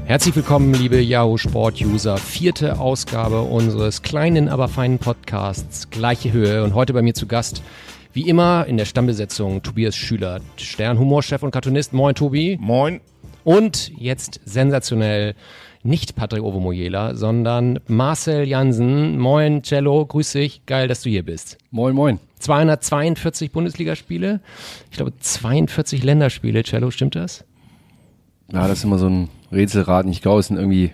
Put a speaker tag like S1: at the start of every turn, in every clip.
S1: Herzlich willkommen, liebe Yahoo Sport-User. 4. Ausgabe unseres kleinen, aber feinen Podcasts, gleiche Höhe. Und heute bei mir zu Gast, wie immer, in der Stammbesetzung Tobias Schüler, Stern-Humorchef und Cartoonist. Moin, Tobi.
S2: Moin.
S1: Und jetzt sensationell nicht Patrick Ovomoyela, sondern Marcel Jansen. Moin, Cello, grüß dich. Geil, dass du hier bist.
S3: Moin, moin.
S1: 242 Bundesligaspiele, ich glaube 42 Länderspiele. Cello, stimmt das?
S3: Ja, das ist immer so ein Rätselraten. Ich glaube, es sind irgendwie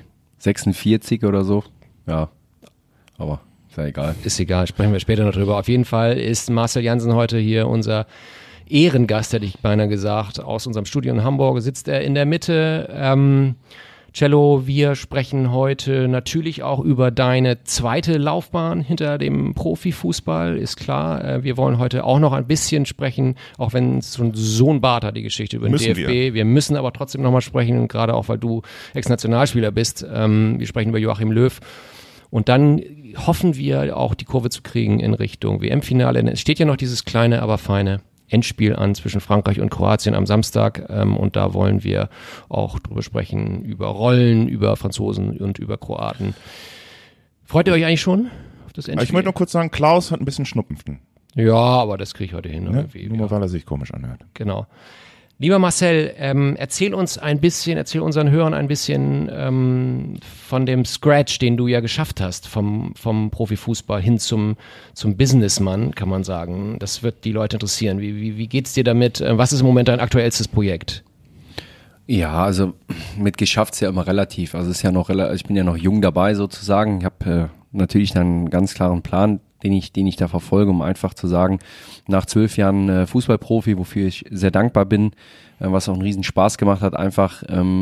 S3: 46 oder so. Ja, aber ist ja egal.
S1: Ist egal, sprechen wir später noch drüber. Auf jeden Fall ist Marcel Jansen heute hier unser Ehrengast, hätte ich beinahe gesagt, aus unserem Studio in Hamburg. Sitzt er in der Mitte. Cello, wir sprechen heute natürlich auch über deine zweite Laufbahn hinter dem Profifußball, ist klar. Wir wollen heute auch noch ein bisschen sprechen, auch wenn es schon so ein Bart hat, die Geschichte über den DFB. Wir müssen aber trotzdem nochmal sprechen, gerade auch, weil du Ex-Nationalspieler bist. Wir sprechen über Joachim Löw. Und dann hoffen wir auch, die Kurve zu kriegen in Richtung WM-Finale. Es steht ja noch dieses kleine, aber feine Endspiel an zwischen Frankreich und Kroatien am Samstag, und da wollen wir auch drüber sprechen, über Rollen, über Franzosen und über Kroaten. Freut ihr euch eigentlich schon auf das Endspiel?
S2: Ich möchte nur kurz sagen, Klaus hat ein bisschen Schnupfen.
S1: Ja, aber das kriege ich heute hin.
S2: Ne? Nur weil er sich komisch anhört.
S1: Genau. Lieber Marcel, erzähl unseren Hörern ein bisschen von dem Scratch, den du ja geschafft hast, vom Profifußball hin zum Businessmann, kann man sagen. Das wird die Leute interessieren. Wie geht's dir damit? Was ist im Moment dein aktuellstes Projekt?
S3: Ja, also mit geschafft ist ja immer relativ. Also es ist ja noch ich bin ja noch jung dabei sozusagen. Ich habe natürlich dann einen ganz klaren Plan, den ich da verfolge, um einfach zu sagen, nach 12 Jahren Fußballprofi, wofür ich sehr dankbar bin, was auch einen riesen Spaß gemacht hat, einfach,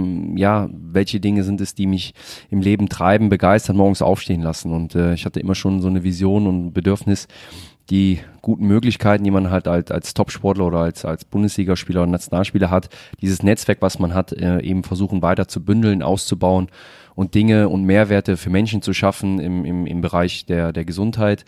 S3: welche Dinge sind es, die mich im Leben treiben, begeistern, morgens aufstehen lassen. Und ich hatte immer schon so eine Vision und ein Bedürfnis, die guten Möglichkeiten, die man halt als Topsportler oder als Bundesligaspieler und Nationalspieler hat, dieses Netzwerk, was man hat, eben versuchen weiter zu bündeln, auszubauen und Dinge und Mehrwerte für Menschen zu schaffen im Bereich der Gesundheit,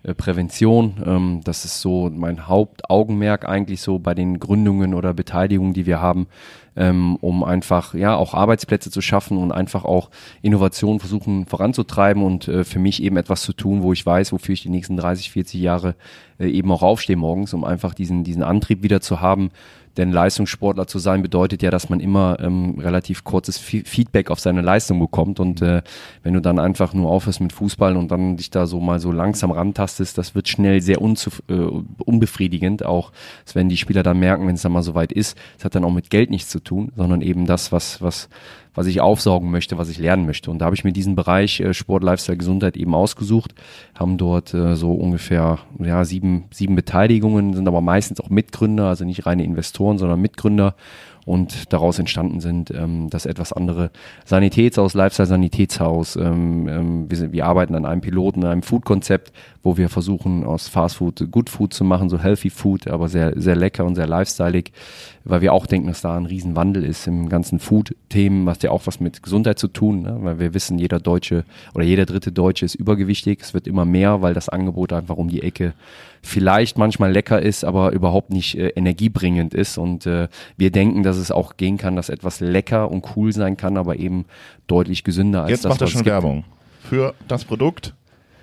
S3: Prävention. Das ist so mein Hauptaugenmerk eigentlich so bei den Gründungen oder Beteiligungen, die wir haben, um einfach auch Arbeitsplätze zu schaffen und einfach auch Innovationen versuchen voranzutreiben und für mich eben etwas zu tun, wo ich weiß, wofür ich die nächsten 30, 40 Jahre eben auch aufstehe morgens, um einfach diesen Antrieb wieder zu haben. Denn Leistungssportler zu sein bedeutet ja, dass man immer relativ kurzes Feedback auf seine Leistung bekommt. Und wenn du dann einfach nur aufhörst mit Fußball und dann dich da so mal so langsam rantastest, das wird schnell sehr unbefriedigend. Auch wenn die Spieler dann merken, wenn es dann mal so weit ist, es hat dann auch mit Geld nichts zu tun, sondern eben das, was ich aufsaugen möchte, was ich lernen möchte. Und da habe ich mir diesen Bereich Sport, Lifestyle, Gesundheit eben ausgesucht, haben dort so ungefähr 7 Beteiligungen, sind aber meistens auch Mitgründer, also nicht reine Investoren, sondern Mitgründer. Und daraus entstanden sind das etwas andere Sanitätshaus, Lifestyle-Sanitätshaus. Wir arbeiten an einem Piloten, an einem Food-Konzept, wo wir versuchen, aus Fast-Food Good Food zu machen, so Healthy Food, aber sehr, sehr lecker und sehr lifestyleig, weil wir auch denken, dass da ein Riesenwandel ist im ganzen Food-Themen, was ja auch was mit Gesundheit zu tun, ne? Weil wir wissen, jeder Deutsche oder jeder dritte Deutsche ist übergewichtig. Es wird immer mehr, weil das Angebot einfach um die Ecke vielleicht manchmal lecker ist, aber überhaupt nicht energiebringend ist. Und wir denken, dass es auch gehen kann, dass etwas lecker und cool sein kann, aber eben deutlich gesünder als
S2: Jetzt
S3: das,
S2: macht er
S3: was
S2: schon
S3: es gibt.
S2: Werbung für das Produkt.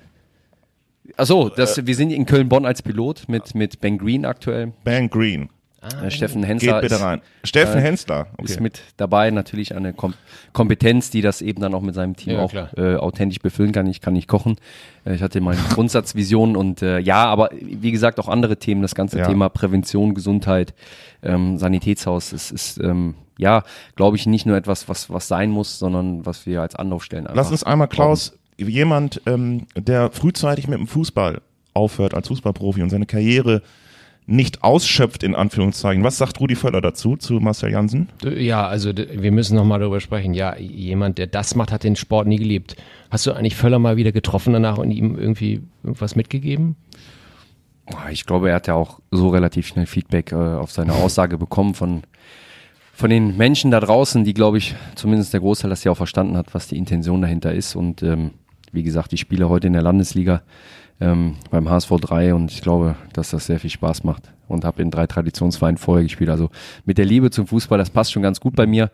S3: Achso, wir sind in Köln-Bonn als Pilot mit Ben Green aktuell.
S2: Ben Green.
S3: Steffen Hensler
S2: Geht bitte rein. Steffen Hensler.
S3: ist
S2: Okay.
S3: mit dabei, natürlich eine Kompetenz, die das eben dann auch mit seinem Team
S1: Ja,
S3: auch
S1: klar.
S3: authentisch befüllen kann. Ich kann nicht kochen. Ich hatte meine Grundsatzvision und aber wie gesagt auch andere Themen, das ganze Thema Prävention, Gesundheit, Sanitätshaus, ist glaube ich, nicht nur etwas, was sein muss, sondern was wir als Anlaufstellen einfach
S2: Lass uns einmal, Klaus, jemand, der frühzeitig mit dem Fußball aufhört als Fußballprofi und seine Karriere nicht ausschöpft, in Anführungszeichen. Was sagt Rudi Völler dazu, zu Marcel Jansen?
S1: Ja, also wir müssen nochmal darüber sprechen. Ja, jemand, der das macht, hat den Sport nie geliebt. Hast du eigentlich Völler mal wieder getroffen danach und ihm irgendwie irgendwas mitgegeben?
S3: Ich glaube, er hat ja auch so relativ schnell Feedback auf seine Aussage bekommen von den Menschen da draußen, die, glaube ich, zumindest der Großteil das ja auch verstanden hat, was die Intention dahinter ist. Und wie gesagt, die Spieler heute in der Landesliga, beim HSV 3 und ich glaube, dass das sehr viel Spaß macht und habe in 3 Traditionsvereinen vorher gespielt. Also mit der Liebe zum Fußball, das passt schon ganz gut bei mir.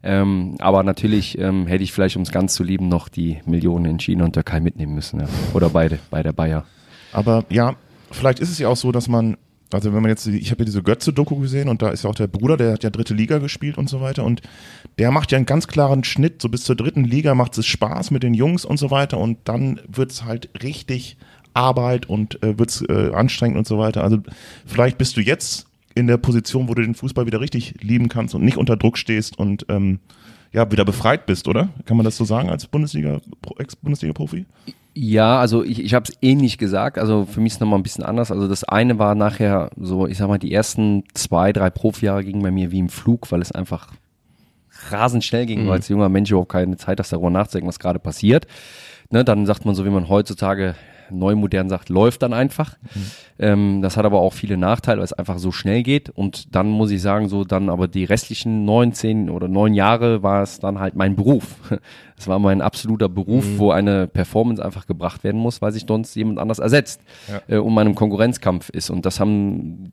S3: Aber natürlich hätte ich vielleicht, um es ganz zu lieben, noch die Millionen in China und Türkei mitnehmen müssen. Ja. Oder beide, bei der Bayer.
S2: Aber ja, vielleicht ist es ja auch so, dass man, also wenn man jetzt, ich habe ja diese Götze-Doku gesehen und da ist ja auch der Bruder, der hat ja 3. Liga gespielt und so weiter und der macht ja einen ganz klaren Schnitt, so bis zur 3. Liga macht es Spaß mit den Jungs und so weiter und dann wird es halt richtig Arbeit und wird es anstrengend und so weiter. Also vielleicht bist du jetzt in der Position, wo du den Fußball wieder richtig lieben kannst und nicht unter Druck stehst und wieder befreit bist, oder? Kann man das so sagen als Ex-Bundesliga-Profi?
S3: Ja, also ich habe es ähnlich gesagt, also für mich ist es nochmal ein bisschen anders. Also das eine war nachher so, ich sag mal, die ersten 2, 3 Profijahre gingen bei mir wie im Flug, weil es einfach rasend schnell ging, weil als junger Mensch überhaupt keine Zeit hast, darüber nachzudenken, was gerade passiert. Ne, dann sagt man so, wie man heutzutage neumodern sagt, läuft dann einfach. Das hat aber auch viele Nachteile, weil es einfach so schnell geht. Und dann muss ich sagen, so dann aber die restlichen 9 oder 9 Jahre war es dann halt mein Beruf. Es war mein absoluter Beruf, wo eine Performance einfach gebracht werden muss, weil sich sonst jemand anders ersetzt und man im Konkurrenzkampf ist. Und das haben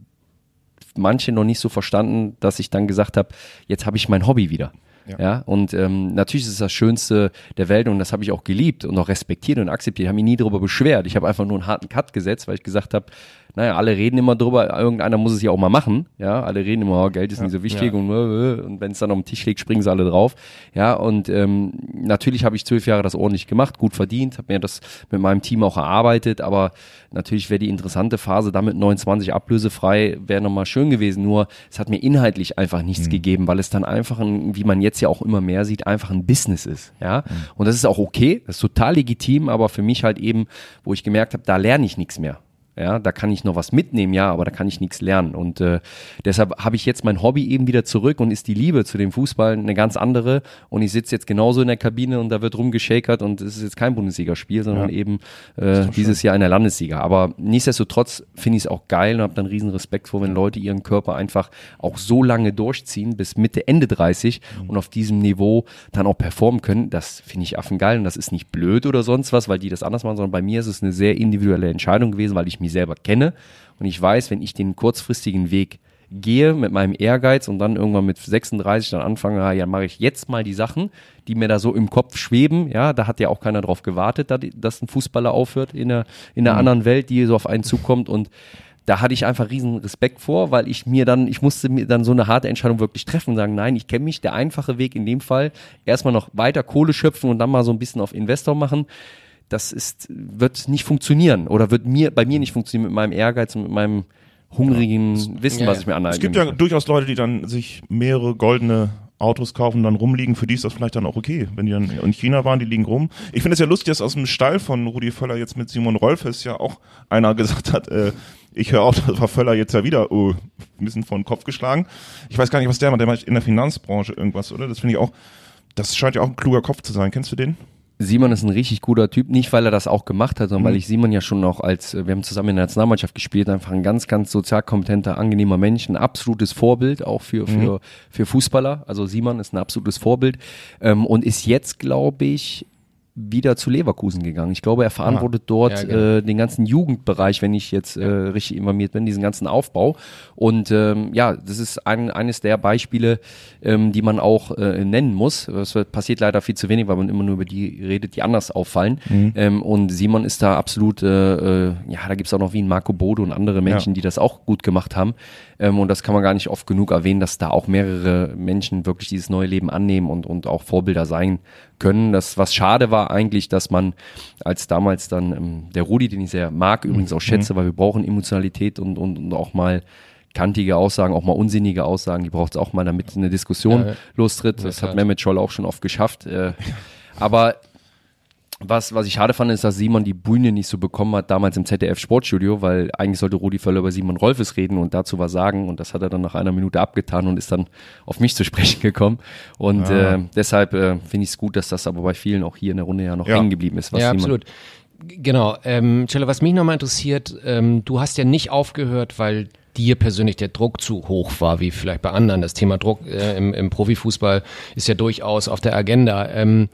S3: manche noch nicht so verstanden, dass ich dann gesagt habe, jetzt habe ich mein Hobby wieder. Ja, und natürlich ist es das Schönste der Welt und das habe ich auch geliebt und auch respektiert und akzeptiert. Ich habe mich nie darüber beschwert. Ich habe einfach nur einen harten Cut gesetzt, weil ich gesagt habe, naja, alle reden immer drüber, irgendeiner muss es ja auch mal machen. Ja, alle reden immer, oh, Geld ist nicht so wichtig und wenn es dann auf den Tisch liegt, springen sie alle drauf. Ja, und natürlich habe ich 12 Jahre das ordentlich gemacht, gut verdient, habe mir das mit meinem Team auch erarbeitet, aber natürlich wäre die interessante Phase damit 29 ablösefrei, wäre nochmal schön gewesen, nur es hat mir inhaltlich einfach nichts gegeben, weil es dann einfach, wie man jetzt ja auch immer mehr sieht, einfach ein Business ist. Ja, und das ist auch okay, das ist total legitim, aber für mich halt eben, wo ich gemerkt habe, da lerne ich nichts mehr. Ja, da kann ich noch was mitnehmen, ja, aber da kann ich nichts lernen und deshalb habe ich jetzt mein Hobby eben wieder zurück und ist die Liebe zu dem Fußball eine ganz andere und ich sitze jetzt genauso in der Kabine und da wird rumgeschakert und es ist jetzt kein Bundesligaspiel, sondern eben dieses Jahr in der Landesliga, aber nichtsdestotrotz finde ich es auch geil und habe dann riesen Respekt vor, wenn Leute ihren Körper einfach auch so lange durchziehen, bis Mitte, Ende 30 und auf diesem Niveau dann auch performen können, das finde ich affengeil und das ist nicht blöd oder sonst was, weil die das anders machen, sondern bei mir ist es eine sehr individuelle Entscheidung gewesen, weil ich mich selber kenne und ich weiß, wenn ich den kurzfristigen Weg gehe mit meinem Ehrgeiz und dann irgendwann mit 36 dann anfange, ja, mache ich jetzt mal die Sachen, die mir da so im Kopf schweben, ja, da hat ja auch keiner drauf gewartet, dass ein Fußballer aufhört in einer anderen Welt, die so auf einen zukommt und da hatte ich einfach riesen Respekt vor, weil ich musste mir dann so eine harte Entscheidung wirklich treffen und sagen, nein, ich kenne mich, der einfache Weg in dem Fall, erstmal noch weiter Kohle schöpfen und dann mal so ein bisschen auf Investor machen, wird nicht funktionieren oder wird bei mir nicht funktionieren mit meinem Ehrgeiz und mit meinem hungrigen Wissen, was ich mir aneignen
S2: Es gibt ja durchaus Leute, die dann sich mehrere goldene Autos kaufen und dann rumliegen, für die ist das vielleicht dann auch okay. Wenn die dann in China waren, die liegen rum. Ich finde es ja lustig, dass aus dem Stall von Rudi Völler jetzt mit Simon Rolfes ja auch einer gesagt hat, ich höre auf, das war Völler jetzt ja wieder ein bisschen vor den Kopf geschlagen. Ich weiß gar nicht, was der macht in der Finanzbranche irgendwas, oder? Das finde ich auch, das scheint ja auch ein kluger Kopf zu sein. Kennst du den?
S3: Simon ist ein richtig guter Typ, nicht weil er das auch gemacht hat, sondern weil ich Simon ja schon noch wir haben zusammen in der Nationalmannschaft gespielt, einfach ein ganz, ganz sozial kompetenter, angenehmer Mensch, ein absolutes Vorbild auch für Fußballer. Also Simon ist ein absolutes Vorbild und ist jetzt, glaube ich, wieder zu Leverkusen gegangen. Ich glaube, er verantwortet dort den ganzen Jugendbereich, wenn ich jetzt richtig informiert bin, diesen ganzen Aufbau. Und das ist eines der Beispiele, die man auch nennen muss. Das passiert leider viel zu wenig, weil man immer nur über die redet, die anders auffallen. Und Simon ist da absolut, da gibt's auch noch wie ein Marco Bode und andere Menschen, die das auch gut gemacht haben. Und das kann man gar nicht oft genug erwähnen, dass da auch mehrere Menschen wirklich dieses neue Leben annehmen und auch Vorbilder sein können. Das, was schade war eigentlich, dass man als damals dann der Rudi, den ich sehr mag, übrigens auch schätze, weil wir brauchen Emotionalität und auch mal kantige Aussagen, auch mal unsinnige Aussagen, die braucht es auch mal, damit eine Diskussion lostritt. Das hat Mehmet Scholl auch schon oft geschafft. Aber was ich schade fand, ist, dass Simon die Bühne nicht so bekommen hat, damals im ZDF Sportstudio, weil eigentlich sollte Rudi Völler über Simon Rolfes reden und dazu was sagen und das hat er dann nach einer Minute abgetan und ist dann auf mich zu sprechen gekommen und deshalb finde ich es gut, dass das aber bei vielen auch hier in der Runde ja noch hängen geblieben ist.
S1: Ja, absolut. Genau. Cello, was mich nochmal interessiert, du hast ja nicht aufgehört, weil dir persönlich der Druck zu hoch war, wie vielleicht bei anderen. Das Thema Druck im Profifußball ist ja durchaus auf der Agenda.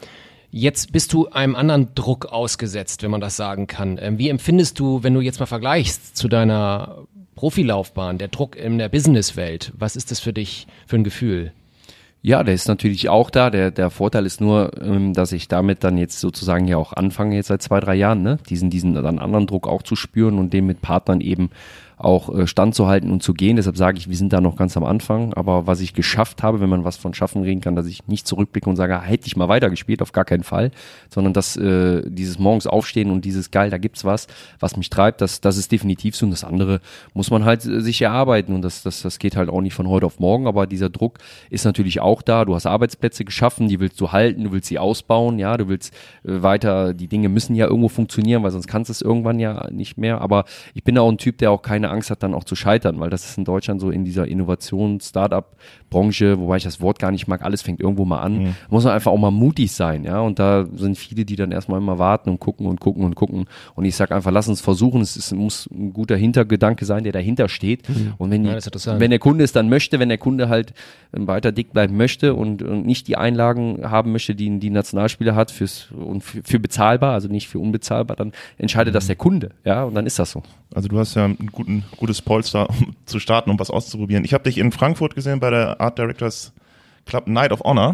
S1: Jetzt bist du einem anderen Druck ausgesetzt, wenn man das sagen kann. Wie empfindest du, wenn du jetzt mal vergleichst zu deiner Profilaufbahn, der Druck in der Businesswelt? Was ist das für dich für ein Gefühl?
S3: Ja, der ist natürlich auch da. Der Vorteil ist nur, dass ich damit dann jetzt sozusagen ja auch anfange, jetzt seit 2-3 Jahren, ne, diesen dann anderen Druck auch zu spüren und dem mit Partnern eben auch standzuhalten und zu gehen. Deshalb sage ich, wir sind da noch ganz am Anfang. Aber was ich geschafft habe, wenn man was von Schaffen reden kann, dass ich nicht zurückblicke und sage, hätte ich mal weitergespielt, auf gar keinen Fall, sondern dass dieses morgens aufstehen und dieses geil, da gibt's was mich treibt, das ist definitiv so. Und das andere muss man halt sich erarbeiten und das geht halt auch nicht von heute auf morgen. Aber dieser Druck ist natürlich auch da. Du hast Arbeitsplätze geschaffen, die willst du halten, du willst sie ausbauen, ja, du willst weiter, die Dinge müssen ja irgendwo funktionieren, weil sonst kannst du es irgendwann ja nicht mehr. Aber ich bin auch ein Typ, der auch keine Angst hat, dann auch zu scheitern, weil das ist in Deutschland so in dieser Innovations-Startup-Branche, wobei ich das Wort gar nicht mag, alles fängt irgendwo mal an, muss man einfach auch mal mutig sein, ja, und da sind viele, die dann erstmal immer warten und gucken und ich sag einfach, lass uns versuchen, muss ein guter Hintergedanke sein, der dahinter steht und wenn der Kunde es dann möchte, wenn der Kunde halt weiter dick bleiben möchte und nicht die Einlagen haben möchte, die die Nationalspieler hat für bezahlbar, also nicht für unbezahlbar, dann entscheidet das der Kunde, ja, und dann ist das so.
S2: Also du hast ja ein gutes Polster, um zu starten, um was auszuprobieren. Ich habe dich in Frankfurt gesehen bei der Art Directors Club Night of Honor.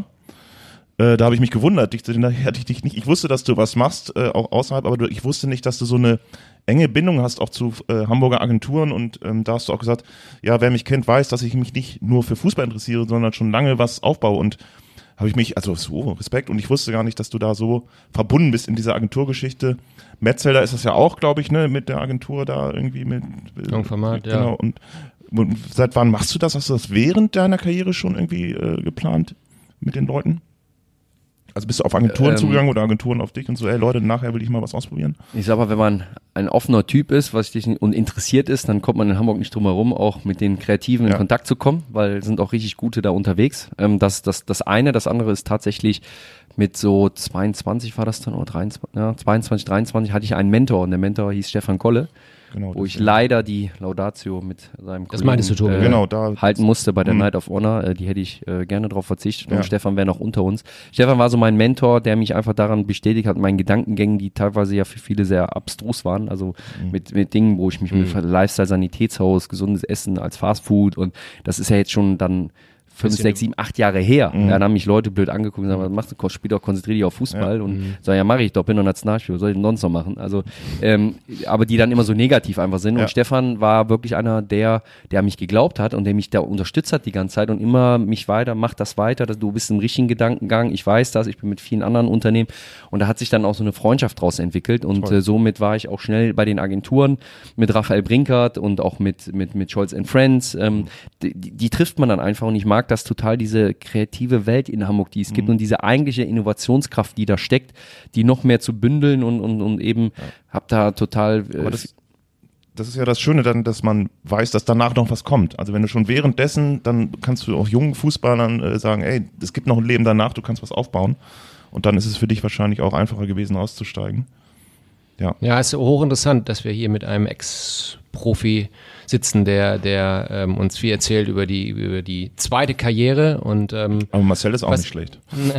S2: Da habe ich mich gewundert. Ich wusste, dass du was machst, auch außerhalb, aber ich wusste nicht, dass du so eine enge Bindung hast auch zu Hamburger Agenturen und da hast du auch gesagt, ja, wer mich kennt, weiß, dass ich mich nicht nur für Fußball interessiere, sondern schon lange was aufbaue und habe ich mich, also so, Respekt, und ich wusste gar nicht, dass du da so verbunden bist in dieser Agenturgeschichte. Metzelder ist das ja auch, glaube ich, ne, mit der Agentur da irgendwie mit
S1: Format,
S2: genau,
S1: ja.
S2: Und seit wann machst du das? Hast du das während deiner Karriere schon irgendwie geplant mit den Leuten? Also bist du auf Agenturen zugegangen oder Agenturen auf dich und so, ey Leute, nachher will ich mal was ausprobieren?
S3: Ich sag mal, wenn man ein offener Typ ist, und interessiert ist, dann kommt man in Hamburg nicht drum herum, auch mit den Kreativen in Kontakt zu kommen, weil sind auch richtig gute da unterwegs. Das eine, das andere ist tatsächlich mit so 22 war das dann, oder 23, ja, 22, 23 hatte ich einen Mentor und der Mentor hieß Stefan Kolle. Genau, wo ich leider die Laudatio mit seinem Kollegen
S2: genau, da
S3: halten musste bei der Night of Honor. Die hätte ich gerne drauf verzichtet und Stefan wäre noch unter uns. Stefan war so mein Mentor, der mich einfach daran bestätigt hat, meinen Gedankengängen, die teilweise ja für viele sehr abstrus waren, also mit Dingen, wo ich mich mit Lifestyle, Sanitätshaus, gesundes Essen als Fastfood und das ist ja jetzt schon dann 5, 6, 7, 8 Jahre her. Dann haben mich Leute blöd angeguckt und gesagt, was machst du? Spiel doch, konzentrier dich auf Fußball. Und so, ja, mache ich doch, bin doch Nationalspieler, was soll ich denn sonst noch machen? Also, aber die dann immer so negativ einfach sind. Und Stefan war wirklich einer, der mich geglaubt hat und der mich da unterstützt hat die ganze Zeit und immer mich mach das weiter, du bist im richtigen Gedankengang, ich weiß das, ich bin mit vielen anderen Unternehmen und da hat sich dann auch so eine Freundschaft draus entwickelt und somit war ich auch schnell bei den Agenturen mit Raphael Brinkert und auch mit Scholz & Friends. Die trifft man dann einfach und ich mag das total, diese kreative Welt in Hamburg, die es gibt und diese eigentliche Innovationskraft, die da steckt, die noch mehr zu bündeln und eben hab da total...
S2: Das ist ja das Schöne dann, dass man weiß, dass danach noch was kommt. Also wenn du schon währenddessen, dann kannst du auch jungen Fußballern sagen, ey, es gibt noch ein Leben danach, du kannst was aufbauen. Und dann ist es für dich wahrscheinlich auch einfacher gewesen, auszusteigen.
S1: Ja, es ist hochinteressant, dass wir hier mit einem Ex-Profi sitzen, der uns viel erzählt über die zweite Karriere und
S2: aber Marcel ist auch nicht schlecht.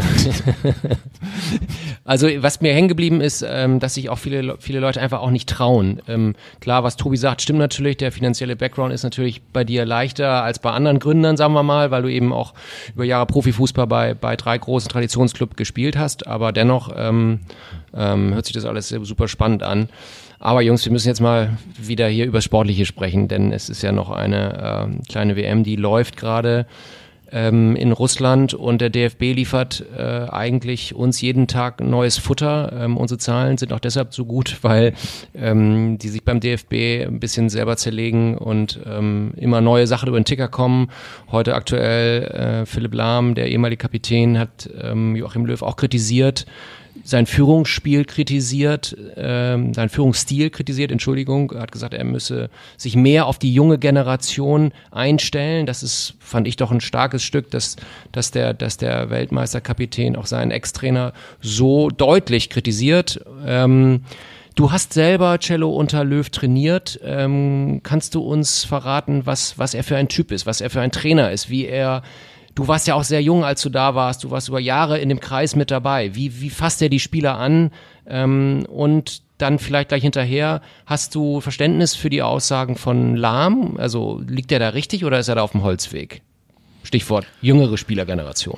S1: Also was mir hängen geblieben ist, dass sich auch viele Leute einfach auch nicht trauen. Klar, was Tobi sagt, stimmt natürlich, der finanzielle Background ist natürlich bei dir leichter als bei anderen Gründern, sagen wir mal, weil du eben auch über Jahre Profifußball bei 3 großen Traditionsclubs gespielt hast, aber dennoch hört sich das alles super spannend an. Aber Jungs, wir müssen jetzt mal wieder hier über Sportliche sprechen, denn es ist ja noch eine kleine WM, die läuft gerade in Russland und der DFB liefert eigentlich uns jeden Tag neues Futter. Unsere Zahlen sind auch deshalb so gut, weil die sich beim DFB ein bisschen selber zerlegen und immer neue Sachen über den Ticker kommen. Heute aktuell Philipp Lahm, der ehemalige Kapitän, hat Joachim Löw auch kritisiert, sein Führungsstil kritisiert, Entschuldigung, er hat gesagt, er müsse sich mehr auf die junge Generation einstellen. Das ist, fand ich doch ein starkes Stück, dass der Weltmeisterkapitän auch seinen Ex-Trainer so deutlich kritisiert. Du hast selber Cello unter Löw trainiert. Kannst du uns verraten, was er für ein Typ ist, was er für ein Trainer ist, wie er Du warst ja auch sehr jung, als du da warst. Du warst über Jahre in dem Kreis mit dabei. Wie fasst er die Spieler an? Und dann vielleicht gleich hinterher, hast du Verständnis für die Aussagen von Lahm? Also liegt er da richtig oder ist er da auf dem Holzweg? Stichwort jüngere Spielergeneration.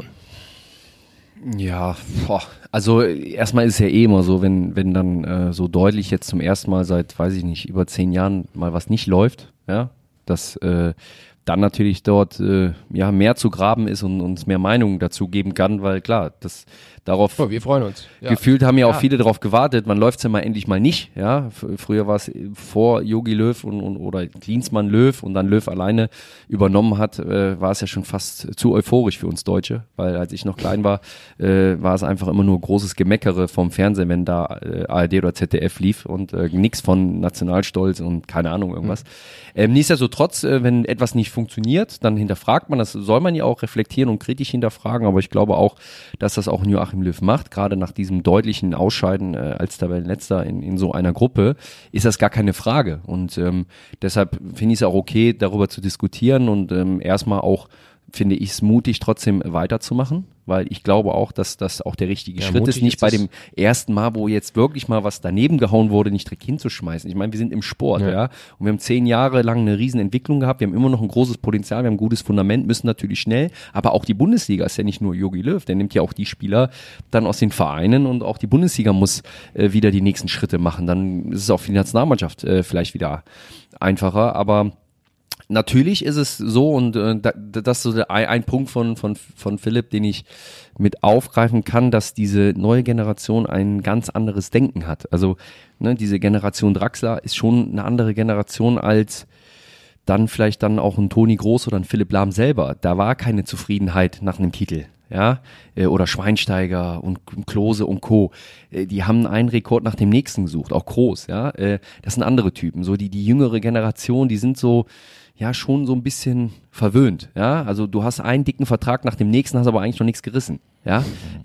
S3: Ja, also erstmal ist es ja eh immer so, wenn dann so deutlich jetzt zum ersten Mal seit, weiß ich nicht, über 10 Jahren mal was nicht läuft, ja, dass dann natürlich dort mehr zu graben ist und uns mehr Meinungen dazu geben kann, weil klar, darauf
S1: wir freuen uns. Ja.
S3: Gefühlt haben ja auch viele darauf gewartet, man läuft's ja mal endlich mal nicht, ja. Früher war es vor Jogi Löw oder Klinsmann Löw und dann Löw alleine übernommen hat, war es ja schon fast zu euphorisch für uns Deutsche, weil als ich noch klein war, war es einfach immer nur großes Gemeckere vom Fernsehen, wenn da ARD oder ZDF lief und nix von Nationalstolz und keine Ahnung irgendwas. Nichtsdestotrotz, wenn etwas nicht funktioniert, dann hinterfragt man, das soll man ja auch reflektieren und kritisch hinterfragen, aber ich glaube auch, dass das auch Joachim Löw macht, gerade nach diesem deutlichen Ausscheiden als Tabellenletzter in so einer Gruppe, ist das gar keine Frage und deshalb finde ich es auch okay, darüber zu diskutieren und erstmal auch finde ich es mutig, trotzdem weiterzumachen, weil ich glaube auch, dass das auch der richtige Schritt ist, nicht bei dem ersten Mal, wo jetzt wirklich mal was daneben gehauen wurde, nicht direkt hinzuschmeißen. Ich meine, wir sind im Sport, ja, und wir haben 10 Jahre lang eine riesen Entwicklung gehabt, wir haben immer noch ein großes Potenzial, wir haben ein gutes Fundament, müssen natürlich schnell, aber auch die Bundesliga ist ja nicht nur Jogi Löw, der nimmt ja auch die Spieler dann aus den Vereinen und auch die Bundesliga muss wieder die nächsten Schritte machen, dann ist es auch für die Nationalmannschaft vielleicht wieder einfacher, aber natürlich ist es so und das ist so ein Punkt von Philipp, den ich mit aufgreifen kann, dass diese neue Generation ein ganz anderes Denken hat. Also diese Generation Draxler ist schon eine andere Generation als dann vielleicht dann auch ein Toni Groß oder ein Philipp Lahm selber. Da war keine Zufriedenheit nach einem Titel. Ja, oder Schweinsteiger und Klose und Co. Die haben einen Rekord nach dem nächsten gesucht, auch Groß, ja. Das sind andere Typen, so die jüngere Generation, die sind so, ja, schon so ein bisschen verwöhnt, ja. Also du hast einen dicken Vertrag nach dem nächsten, hast aber eigentlich noch nichts gerissen, ja.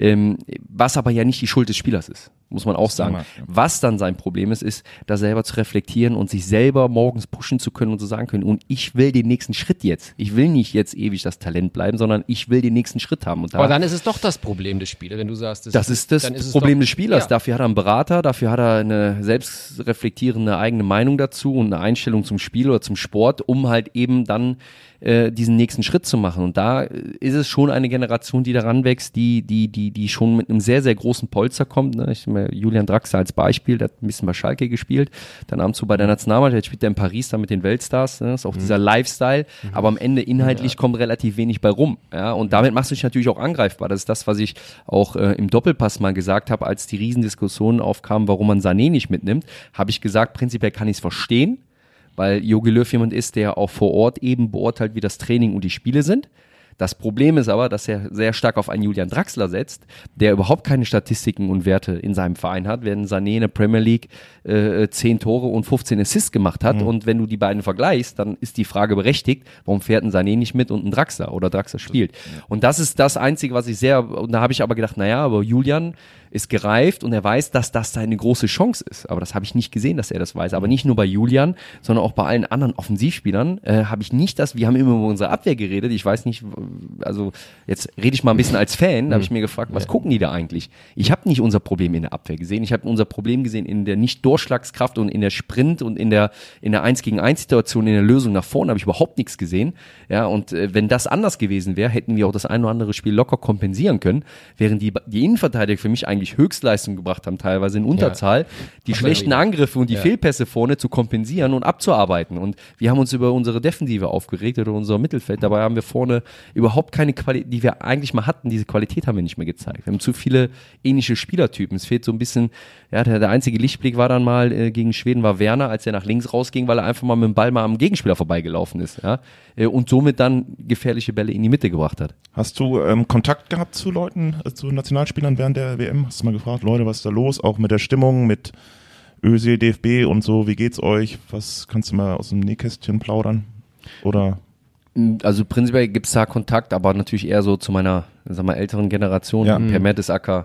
S3: Was aber ja nicht die Schuld des Spielers ist, muss man auch sagen. Was dann sein Problem ist, da selber zu reflektieren und sich selber morgens pushen zu können und zu sagen können, und ich will den nächsten Schritt jetzt. Ich will nicht jetzt ewig das Talent bleiben, sondern ich will den nächsten Schritt haben. Und
S1: aber dann ist es doch das Problem des Spielers, wenn du sagst,
S3: das ist das Problem des Spielers. Ja. Dafür hat er einen Berater, dafür hat er eine selbstreflektierende eigene Meinung dazu und eine Einstellung zum Spiel oder zum Sport, um halt eben dann diesen nächsten Schritt zu machen. Und da ist es schon eine Generation, die daran wächst, die schon mit einem sehr, sehr großen Polster kommt. Ne? Julian Draxler als Beispiel, der hat ein bisschen bei Schalke gespielt, dann ab und zu bei der Nationalmannschaft, jetzt spielt er in Paris da mit den Weltstars, ne? Das ist auch dieser Lifestyle, aber am Ende inhaltlich kommt relativ wenig bei rum. Ja? Und damit machst du dich natürlich auch angreifbar. Das ist das, was ich auch im Doppelpass mal gesagt habe, als die Riesendiskussionen aufkamen, warum man Sané nicht mitnimmt, habe ich gesagt, prinzipiell kann ich es verstehen, weil Jogi Löw jemand ist, der auch vor Ort eben beurteilt, wie das Training und die Spiele sind. Das Problem ist aber, dass er sehr stark auf einen Julian Draxler setzt, der überhaupt keine Statistiken und Werte in seinem Verein hat, während Sané in der Premier League 10 Tore und 15 Assists gemacht hat. Und wenn du die beiden vergleichst, dann ist die Frage berechtigt, warum fährt ein Sané nicht mit und ein Draxler oder Draxler spielt. Und das ist das Einzige, was ich und da habe ich aber gedacht, naja, aber Julian ist gereift und er weiß, dass das seine große Chance ist. Aber das habe ich nicht gesehen, dass er das weiß. Aber nicht nur bei Julian, sondern auch bei allen anderen Offensivspielern habe ich nicht wir haben immer über unsere Abwehr geredet. Ich weiß nicht, also jetzt rede ich mal ein bisschen als Fan, da habe ich mir gefragt, was gucken die da eigentlich? Ich habe nicht unser Problem in der Abwehr gesehen. Ich habe unser Problem gesehen in der Nicht-Durchschlagskraft und in der Sprint und in der 1-gegen-1-Situation, in der Lösung nach vorne habe ich überhaupt nichts gesehen. Ja, und wenn das anders gewesen wäre, hätten wir auch das ein oder andere Spiel locker kompensieren können, während die Innenverteidiger für mich eigentlich Höchstleistung gebracht haben, teilweise in Unterzahl, die schlechten Angriffe und die Fehlpässe vorne zu kompensieren und abzuarbeiten. Und wir haben uns über unsere Defensive aufgeregt oder unser Mittelfeld. Dabei haben wir vorne überhaupt keine Qualität, die wir eigentlich mal hatten. Diese Qualität haben wir nicht mehr gezeigt. Wir haben zu viele ähnliche Spielertypen. Es fehlt so ein bisschen, ja, der einzige Lichtblick war dann mal gegen Schweden, war Werner, als er nach links rausging, weil er einfach mal mit dem Ball mal am Gegenspieler vorbeigelaufen ist. Ja, und somit dann gefährliche Bälle in die Mitte gebracht hat.
S2: Hast du Kontakt gehabt zu Leuten, zu Nationalspielern während der WM? Hast du mal gefragt, Leute, was ist da los? Auch mit der Stimmung, mit Özil, DFB und so, wie geht's euch? Was kannst du mal aus dem Nähkästchen plaudern? Oder?
S3: Also prinzipiell gibt's da Kontakt, aber natürlich eher so zu meiner, älteren Generation, per Mertesacker,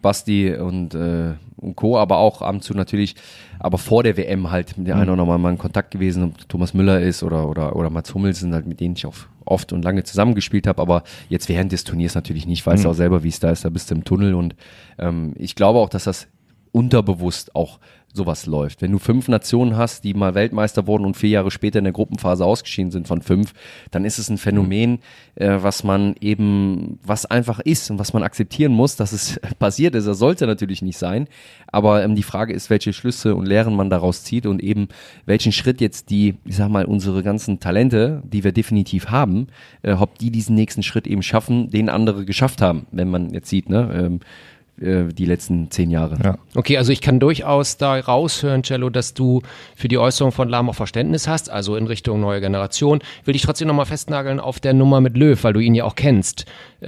S3: Basti und Co., aber auch ab und zu natürlich, aber vor der WM halt mit der einen oder anderen mal in Kontakt gewesen, ob Thomas Müller ist oder Mats Hummels sind halt, mit denen ich auch oft und lange zusammengespielt habe, aber jetzt während des Turniers natürlich nicht, weiß auch selber, wie es da ist, da bist du im Tunnel und ich glaube auch, dass das unterbewusst auch sowas läuft. Wenn du 5 Nationen hast, die mal Weltmeister wurden und 4 Jahre später in der Gruppenphase ausgeschieden sind von 5, dann ist es ein Phänomen, was einfach ist und was man akzeptieren muss, dass es passiert ist. Das sollte natürlich nicht sein, aber die Frage ist, welche Schlüsse und Lehren man daraus zieht und eben welchen Schritt jetzt unsere ganzen Talente, die wir definitiv haben, ob die diesen nächsten Schritt eben schaffen, den andere geschafft haben, wenn man jetzt sieht, die letzten 10 Jahre.
S2: Ja.
S1: Okay, also ich kann durchaus da raushören, Cello, dass du für die Äußerung von Lahm auch Verständnis hast, also in Richtung neue Generation. Will dich trotzdem nochmal festnageln auf der Nummer mit Löw, weil du ihn ja auch kennst.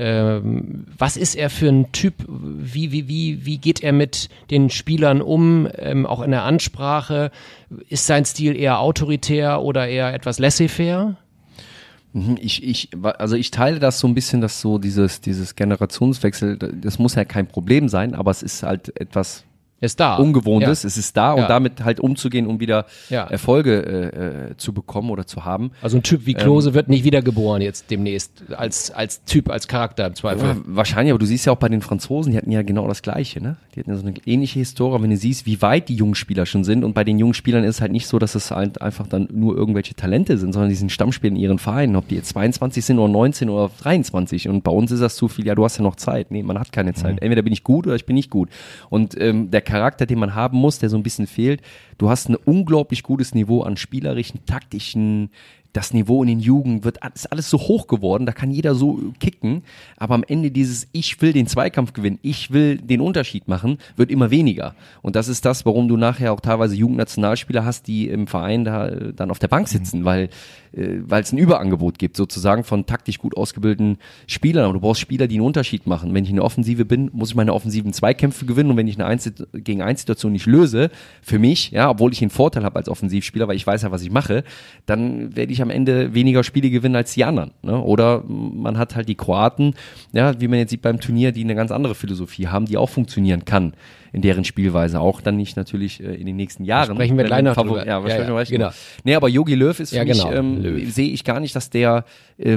S1: Was ist er für ein Typ? Wie geht er mit den Spielern um, auch in der Ansprache? Ist sein Stil eher autoritär oder eher etwas laissez-faire?
S3: Ich teile das so ein bisschen, dass so dieses Generationswechsel, das muss ja kein Problem sein, aber es ist halt etwas
S1: ist da.
S3: Ungewohntes,
S1: Ja.
S3: Es ist da und damit halt umzugehen, um wieder
S1: Ja.
S3: Erfolge zu bekommen oder zu haben.
S1: Also ein Typ wie Klose wird nicht wiedergeboren jetzt demnächst als Typ, als Charakter im Zweifel.
S3: Ja, wahrscheinlich, aber du siehst ja auch bei den Franzosen, die hatten ja genau das Gleiche, ne? Die hatten ja so eine ähnliche Historie, wenn du siehst, wie weit die jungen Spieler schon sind und bei den jungen Spielern ist es halt nicht so, dass es halt einfach dann nur irgendwelche Talente sind, sondern die sind Stammspieler in ihren Vereinen, ob die jetzt 22 sind oder 19 oder 23 und bei uns ist das zu viel, ja, du hast ja noch Zeit. Nee, man hat keine Zeit. Entweder bin ich gut oder ich bin nicht gut. Und der Charakter, den man haben muss, der so ein bisschen fehlt, du hast ein unglaublich gutes Niveau an spielerischen, taktischen, das Niveau in den Jugend ist alles so hoch geworden, da kann jeder so kicken, aber am Ende dieses ich will den Zweikampf gewinnen, ich will den Unterschied machen, wird immer weniger. Und das ist das, warum du nachher auch teilweise Jugendnationalspieler hast, die im Verein da dann auf der Bank sitzen, weil es ein Überangebot gibt, sozusagen von taktisch gut ausgebildeten Spielern. Aber du brauchst Spieler, die einen Unterschied machen. Wenn ich in der Offensive bin, muss ich meine offensiven Zweikämpfe gewinnen und wenn ich eine 1-gegen-1-Situation nicht löse, für mich, ja, obwohl ich einen Vorteil habe als Offensivspieler, weil ich weiß ja, was ich mache, dann werde ich am Ende weniger Spiele gewinnen als die anderen. Ne? Oder man hat halt die Kroaten, ja, wie man jetzt sieht beim Turnier, die eine ganz andere Philosophie haben, die auch funktionieren kann in deren Spielweise, auch dann nicht natürlich in den nächsten Jahren.
S1: Sprechen wir gleich noch drüber.
S3: Ja, wahrscheinlich.
S1: Genau.
S3: Nee, aber Jogi Löw ist für mich,
S1: Löw.
S3: sehe ich gar nicht, dass der,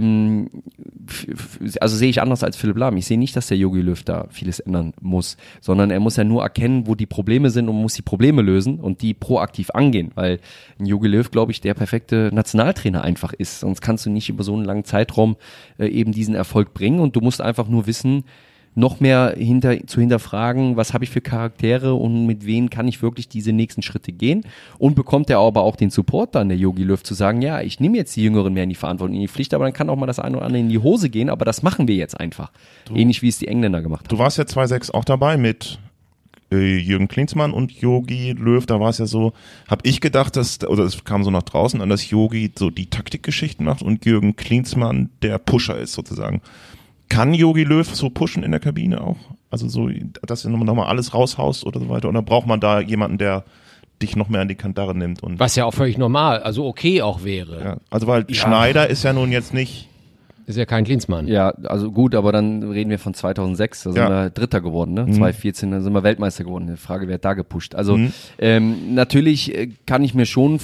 S3: also sehe ich anders als Philipp Lahm. Ich sehe nicht, dass der Jogi Löw da vieles ändern muss, sondern er muss ja nur erkennen, wo die Probleme sind und muss die Probleme lösen und die proaktiv angehen, weil ein Jogi Löw, glaube ich, der perfekte Nationaltrainer einfach ist. Sonst kannst du nicht über so einen langen Zeitraum eben diesen Erfolg bringen und du musst einfach nur wissen, noch mehr zu hinterfragen, was habe ich für Charaktere und mit wem kann ich wirklich diese nächsten Schritte gehen und bekommt er aber auch den Support dann, der Jogi Löw, zu sagen, ja, ich nehme jetzt die Jüngeren mehr in die Verantwortung, in die Pflicht, aber dann kann auch mal das eine oder andere in die Hose gehen, aber das machen wir jetzt einfach. Ähnlich wie es die Engländer gemacht haben.
S2: Du warst ja 2006 auch dabei mit Jürgen Klinsmann und Jogi Löw, da war es ja so, habe ich gedacht, es kam so nach draußen an, dass Jogi so die Taktikgeschichten macht und Jürgen Klinsmann der Pusher ist sozusagen. Kann Jogi Löw so pushen in der Kabine auch? Also so, dass du nochmal alles raushaust oder so weiter? Oder braucht man da jemanden, der dich noch mehr an die Kandare nimmt? Und
S1: was ja auch völlig normal, also okay auch wäre.
S2: ja, also weil Schneider ist ja nun jetzt nicht...
S1: Ist ja kein Klinsmann.
S3: Ja, also gut, aber dann reden wir von 2006, da sind wir Dritter geworden, ne? 2014, dann sind wir Weltmeister geworden. Die Frage, wer hat da gepusht? Also natürlich kann ich mir schon,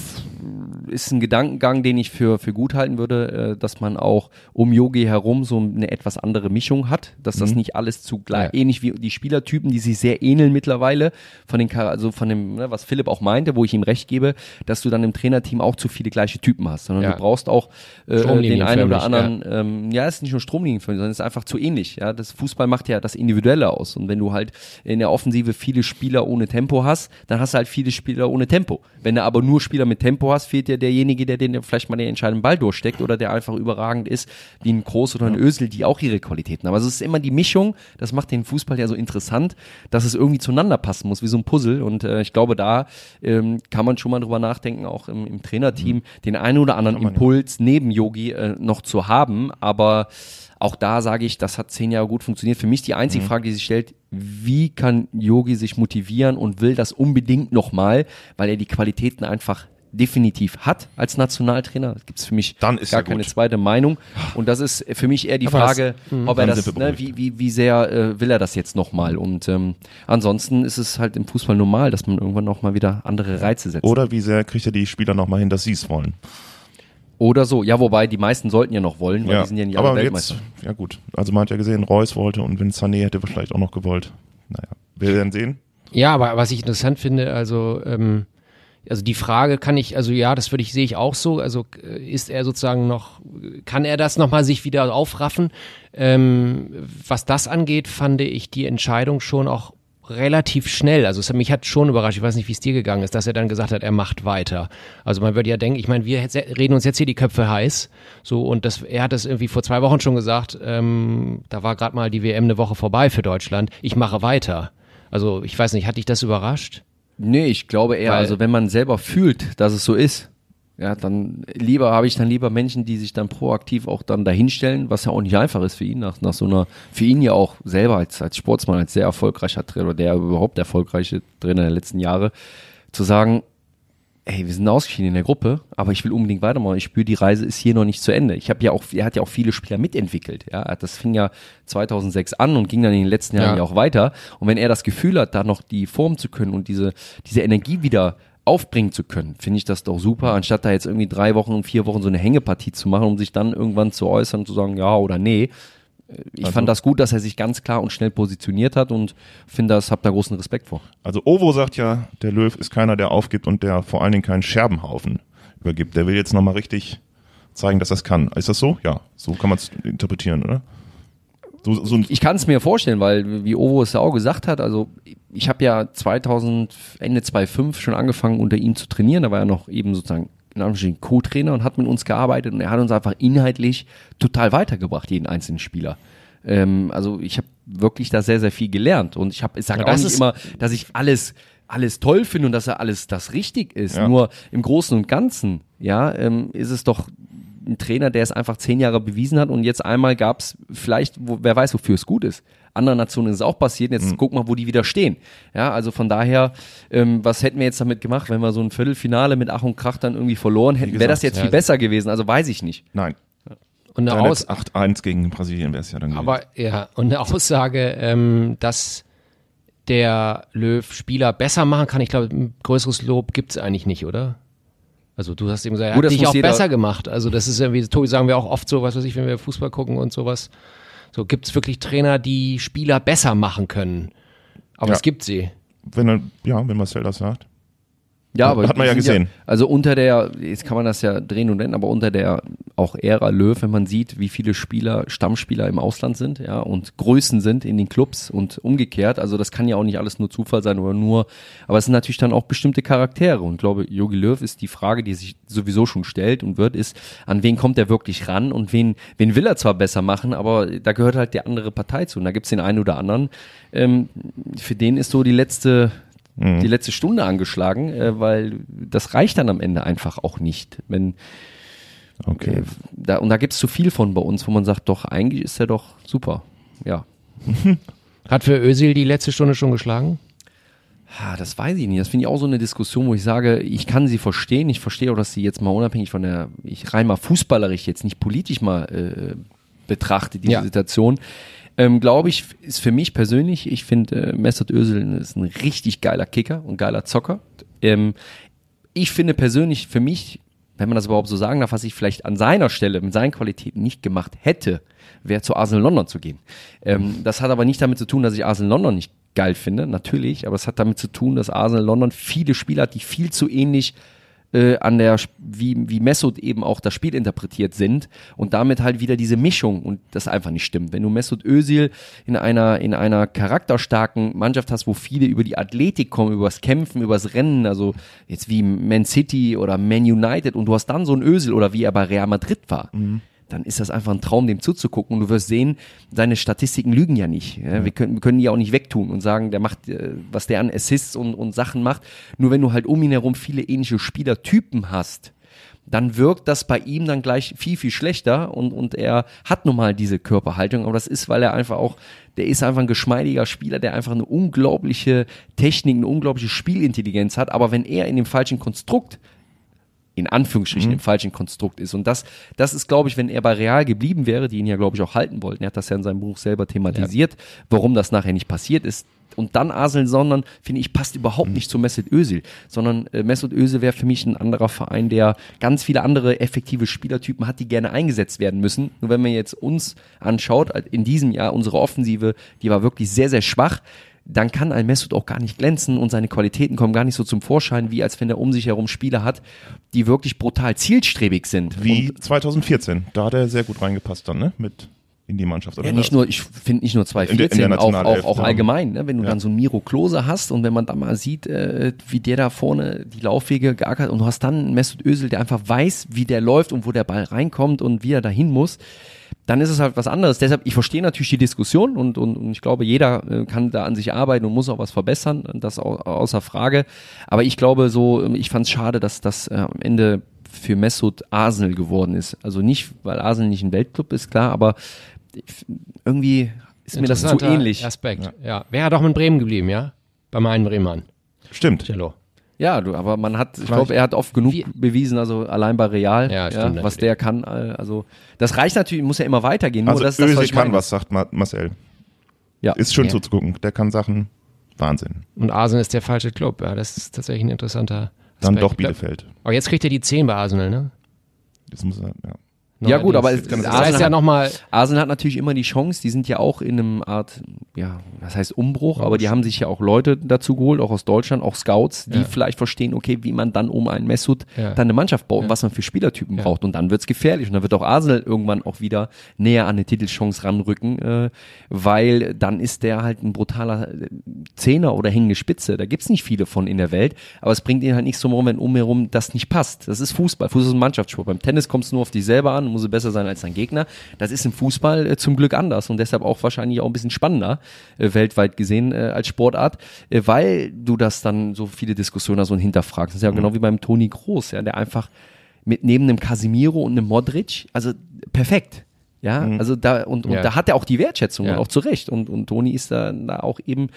S3: ist ein Gedankengang, den ich für gut halten würde, dass man auch um Jogi herum so eine etwas andere Mischung hat, dass das nicht alles zugleich, ähnlich wie die Spielertypen, die sich sehr ähneln mittlerweile, von dem, ne, was Philipp auch meinte, wo ich ihm recht gebe, dass du dann im Trainerteam auch zu viele gleiche Typen hast, sondern du brauchst auch den einen oder anderen, es ist nicht nur stromlinienförmig, sondern es ist einfach zu ähnlich. Ja, das Fußball macht ja das Individuelle aus. Und wenn du halt in der Offensive viele Spieler ohne Tempo hast, dann hast du halt viele Spieler ohne Tempo. Wenn du aber nur Spieler mit Tempo hast, fehlt dir derjenige, der den vielleicht mal den entscheidenden Ball durchsteckt oder der einfach überragend ist, wie ein Kroos oder ein Özil, die auch ihre Qualitäten haben. Also es ist immer die Mischung, das macht den Fußball ja so interessant, dass es irgendwie zueinander passen muss, wie so ein Puzzle. Und ich glaube, da kann man schon mal drüber nachdenken, auch im Trainerteam, den einen oder anderen Impuls neben Jogi noch zu haben. Aber auch da sage ich, das hat 10 Jahre gut funktioniert. Für mich die einzige Frage, die sich stellt, wie kann Jogi sich motivieren und will das unbedingt nochmal, weil er die Qualitäten einfach definitiv hat als Nationaltrainer. Da gibt es für mich
S2: Dann ist
S3: gar
S2: er
S3: keine
S2: gut.
S3: zweite Meinung. Und das ist für mich eher die
S1: Aber
S3: Frage, ob er
S2: Dann
S3: das,
S2: sind wir
S3: ne, wie sehr will er das jetzt nochmal? Und ansonsten ist es halt im Fußball normal, dass man irgendwann auch mal wieder andere Reize setzt.
S2: Oder wie sehr kriegt er die Spieler nochmal hin, dass sie es wollen?
S3: Oder so. Ja, wobei die meisten sollten ja noch wollen, weil
S2: Ja,
S3: die sind ja nicht alle
S2: aber
S3: Weltmeister.
S2: jetzt, ja gut. Also man hat ja gesehen, Reus wollte und wenn Sané hätte vielleicht auch noch gewollt. Naja, wir werden sehen.
S1: Ja, aber was ich interessant finde, also die Frage kann ich, also ja, das sehe ich auch so, also ist er sozusagen noch, kann er das nochmal sich wieder aufraffen? Was das angeht, fand ich die Entscheidung schon auch relativ schnell, also mich hat schon überrascht, ich weiß nicht, wie es dir gegangen ist, dass er dann gesagt hat, er macht weiter. Also man würde ja denken, ich meine, wir reden uns jetzt hier die Köpfe heiß, so, und er hat das irgendwie vor 2 Wochen schon gesagt, da war gerade mal die WM eine Woche vorbei für Deutschland, ich mache weiter. Also ich weiß nicht, hat dich das überrascht?
S3: Nee, ich glaube eher, also wenn man selber fühlt, dass es so ist, ja, dann habe ich lieber Menschen, die sich dann proaktiv auch dann dahinstellen, was ja auch nicht einfach ist für ihn, nach so einer, für ihn ja auch selber als Sportsmann, als sehr erfolgreicher Trainer, oder der überhaupt erfolgreiche Trainer der letzten Jahre, zu sagen, ey, wir sind ausgeschieden in der Gruppe, aber ich will unbedingt weitermachen. Ich spüre, die Reise ist hier noch nicht zu Ende. Er hat ja auch viele Spieler mitentwickelt. Ja, das fing ja 2006 an und ging dann in den letzten Jahren ja auch weiter. Und wenn er das Gefühl hat, da noch die formen zu können und diese Energie wieder aufbringen zu können, finde ich das doch super, anstatt da jetzt irgendwie 3 Wochen und 4 Wochen so eine Hängepartie zu machen, um sich dann irgendwann zu äußern und zu sagen, ja oder nee. Ich fand das gut, dass er sich ganz klar und schnell positioniert hat und habe da großen Respekt vor.
S2: Also Ovo sagt ja, der Löw ist keiner, der aufgibt und der vor allen Dingen keinen Scherbenhaufen übergibt. Der will jetzt nochmal richtig zeigen, dass er es kann. Ist das so? Ja, so kann man es interpretieren, oder?
S3: Ich kann es mir vorstellen, weil, wie Ovo es ja auch gesagt hat, also ich habe ja Ende 2005 schon angefangen, unter ihm zu trainieren. Da war er noch eben sozusagen in Anführungsstrichen Co-Trainer und hat mit uns gearbeitet und er hat uns einfach inhaltlich total weitergebracht, jeden einzelnen Spieler. Also ich habe wirklich da sehr, sehr viel gelernt und ich sage auch nicht immer, dass ich alles toll finde und dass das richtig ist. Ja. Nur im Großen und Ganzen, ja, ist es doch ein Trainer, der es einfach 10 Jahre bewiesen hat und jetzt einmal gab es vielleicht, wer weiß, wofür es gut ist. Anderen Nationen ist es auch passiert, jetzt guck mal, wo die wieder stehen. Ja, also von daher, was hätten wir jetzt damit gemacht, wenn wir so ein Viertelfinale mit Ach und Krach dann irgendwie verloren hätten? Wäre das jetzt viel besser gewesen? Also weiß ich nicht.
S2: Nein.
S1: Und eine
S2: 8-1 gegen Brasilien wäre es ja dann gewesen.
S1: Aber ja, und eine Aussage, dass der Löw Spieler besser machen kann, ich glaube, ein größeres Lob gibt es eigentlich nicht, oder? Also du hast eben gesagt, er hat dich auch besser gemacht. Also das ist irgendwie, Tobi, sagen wir auch oft so, was weiß ich, wenn wir Fußball gucken und sowas. So, gibt es wirklich Trainer, die Spieler besser machen können? Aber es gibt sie.
S2: Wenn Marcel das sagt.
S3: Ja, aber
S2: hat man ja gesehen.
S3: Also jetzt kann man das ja drehen und wenden, aber unter der auch Ära Löw, wenn man sieht, wie viele Stammspieler im Ausland sind, ja, und Größen sind in den Clubs und umgekehrt, also das kann ja auch nicht alles nur Zufall sein aber es sind natürlich dann auch bestimmte Charaktere und ich glaube, Jogi Löw ist die Frage, die sich sowieso schon stellt und ist, an wen kommt er wirklich ran und wen will er zwar besser machen, aber da gehört halt die andere Partei zu und da gibt es den einen oder anderen, für den ist so die letzte Stunde angeschlagen, weil das reicht dann am Ende einfach auch nicht. Da gibt es zu viel von bei uns, wo man sagt, doch, eigentlich ist er doch super. Ja.
S1: Hat für Özil die letzte Stunde schon geschlagen?
S3: Das weiß ich nicht. Das finde ich auch so eine Diskussion, wo ich sage, ich kann sie verstehen. Ich verstehe auch, dass sie jetzt mal unabhängig ich rein mal fußballerisch jetzt nicht politisch mal betrachte, diese Situation. Glaube ich, ist für mich persönlich, ich finde, Mesut Özil ist ein richtig geiler Kicker und geiler Zocker. Ich finde persönlich, für mich, wenn man das überhaupt so sagen darf, was ich vielleicht an seiner Stelle mit seinen Qualitäten nicht gemacht hätte, wäre zu Arsenal London zu gehen. Das hat aber nicht damit zu tun, dass ich Arsenal London nicht geil finde, natürlich, aber es hat damit zu tun, dass Arsenal London viele Spieler hat, die viel zu ähnlich wie Mesut eben auch das Spiel interpretiert sind und damit halt wieder diese Mischung und das einfach nicht stimmt. Wenn du Mesut Özil in einer charakterstarken Mannschaft hast, wo viele über die Athletik kommen, übers Kämpfen, übers Rennen, also jetzt wie Man City oder Man United und du hast dann so einen Özil oder wie er bei Real Madrid war, dann ist das einfach ein Traum, dem zuzugucken und du wirst sehen, seine Statistiken lügen ja nicht. Ja? Wir können die auch nicht wegtun und sagen, der macht, was der an Assists und Sachen macht. Nur wenn du halt um ihn herum viele ähnliche Spielertypen hast, dann wirkt das bei ihm dann gleich viel, viel schlechter und er hat nun mal diese Körperhaltung, aber das ist, weil er einfach auch, der ist einfach ein geschmeidiger Spieler, der einfach eine unglaubliche Technik, eine unglaubliche Spielintelligenz hat, aber wenn er in dem falschen Konstrukt in Anführungsstrichen im falschen Konstrukt ist. Und das ist, glaube ich, wenn er bei Real geblieben wäre, die ihn ja, glaube ich, auch halten wollten, er hat das ja in seinem Buch selber thematisiert, warum das nachher nicht passiert ist, und dann Arsenal, sondern, finde ich, passt überhaupt nicht zu Mesut Özil, sondern Mesut Özil wäre für mich ein anderer Verein, der ganz viele andere effektive Spielertypen hat, die gerne eingesetzt werden müssen. Nur wenn man jetzt uns anschaut, in diesem Jahr unsere Offensive, die war wirklich sehr, sehr schwach, dann kann ein Mesut auch gar nicht glänzen und seine Qualitäten kommen gar nicht so zum Vorschein, wie als wenn er um sich herum Spieler hat, die wirklich brutal zielstrebig sind.
S2: Wie 2014, da hat er sehr gut reingepasst dann, ne? Mit in die Mannschaft. Oder
S3: ja, ich finde nicht nur 2014,
S2: in der
S3: auch allgemein, ne? Wenn du dann so einen Miro Klose hast und wenn man da mal sieht, wie der da vorne die Laufwege geackert und du hast dann einen Mesut Özil, der einfach weiß, wie der läuft und wo der Ball reinkommt und wie er dahin muss, dann ist es halt was anderes. Deshalb, ich verstehe natürlich die Diskussion und ich glaube, jeder kann da an sich arbeiten und muss auch was verbessern, das außer Frage. Aber ich glaube ich fand es schade, dass das am Ende für Mesut Arsenal geworden ist. Also nicht, weil Arsenal nicht ein Weltclub ist, klar, aber irgendwie ist mir das zu ähnlich.
S1: Aspekt, ja. Wäre doch mit Bremen geblieben, ja? Bei meinen Bremern.
S2: Stimmt.
S1: Cello.
S3: Ja, aber ich glaube, er hat oft genug bewiesen, also allein bei Real, was der kann. Also das reicht natürlich, muss ja immer weitergehen. Nur
S2: also Özil kann was, sagt Marcel. Ja. Ist schön zuzugucken. Der kann Sachen, Wahnsinn.
S1: Und Arsenal ist der falsche Club, ja, das ist tatsächlich ein interessanter Aspekt.
S2: Dann doch Bielefeld.
S1: Aber jetzt kriegt er die 10 bei Arsenal, ne?
S2: Das muss er, ja.
S3: Ja gut, aber
S1: Arsenal
S3: hat natürlich immer die Chance, die sind ja auch in einem Art, ja, was heißt Umbruch, aber die haben sich ja auch Leute dazu geholt, auch aus Deutschland, auch Scouts, die vielleicht verstehen, okay, wie man dann um einen Mesut dann eine Mannschaft baut und was man für Spielertypen braucht und dann wird's gefährlich und dann wird auch Arsenal irgendwann auch wieder näher an eine Titelchance ranrücken, weil dann ist der halt ein brutaler Zehner oder hängende Spitze, da gibt's nicht viele von in der Welt, aber es bringt ihnen halt nichts so rum, wenn umherum das nicht passt. Das ist Fußball ist ein Mannschaftssport. Beim Tennis kommst du nur auf dich selber an, muss besser sein als dein Gegner. Das ist im Fußball zum Glück anders und deshalb auch wahrscheinlich auch ein bisschen spannender, weltweit gesehen als Sportart, weil du das dann so viele Diskussionen hast und hinterfragst. Das ist ja genau wie beim Toni Kroos, ja, der einfach neben einem Casemiro und einem Modric, also perfekt. Ja, also da da hat er auch die Wertschätzung und auch zu Recht und Toni ist da auch eben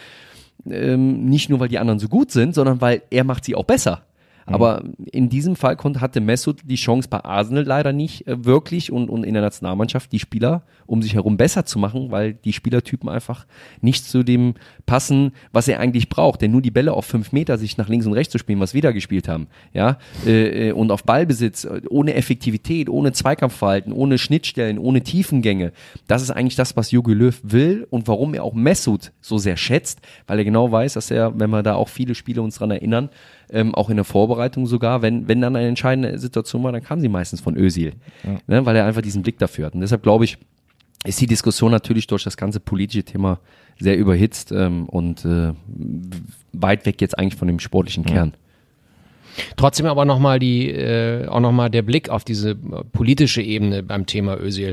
S3: nicht nur, weil die anderen so gut sind, sondern weil er macht sie auch besser. Aber in diesem Fall hatte Mesut die Chance bei Arsenal leider nicht wirklich und in der Nationalmannschaft die Spieler um sich herum besser zu machen, weil die Spielertypen einfach nicht zu dem passen, was er eigentlich braucht. Denn nur die Bälle auf 5 Meter sich nach links und rechts zu spielen, was wir da gespielt haben, ja, und auf Ballbesitz, ohne Effektivität, ohne Zweikampfverhalten, ohne Schnittstellen, ohne Tiefengänge. Das ist eigentlich das, was Jogi Löw will und warum er auch Mesut so sehr schätzt, weil er genau weiß, dass er, wenn wir da auch viele Spiele uns dran erinnern, auch in der Vorbereitung sogar, wenn dann eine entscheidende Situation war, dann kam sie meistens von Özil, ne, weil er einfach diesen Blick dafür hat. Und deshalb glaube ich, ist die Diskussion natürlich durch das ganze politische Thema sehr überhitzt und weit weg jetzt eigentlich von dem sportlichen Kern.
S1: Trotzdem aber nochmal der Blick auf diese politische Ebene beim Thema Özil.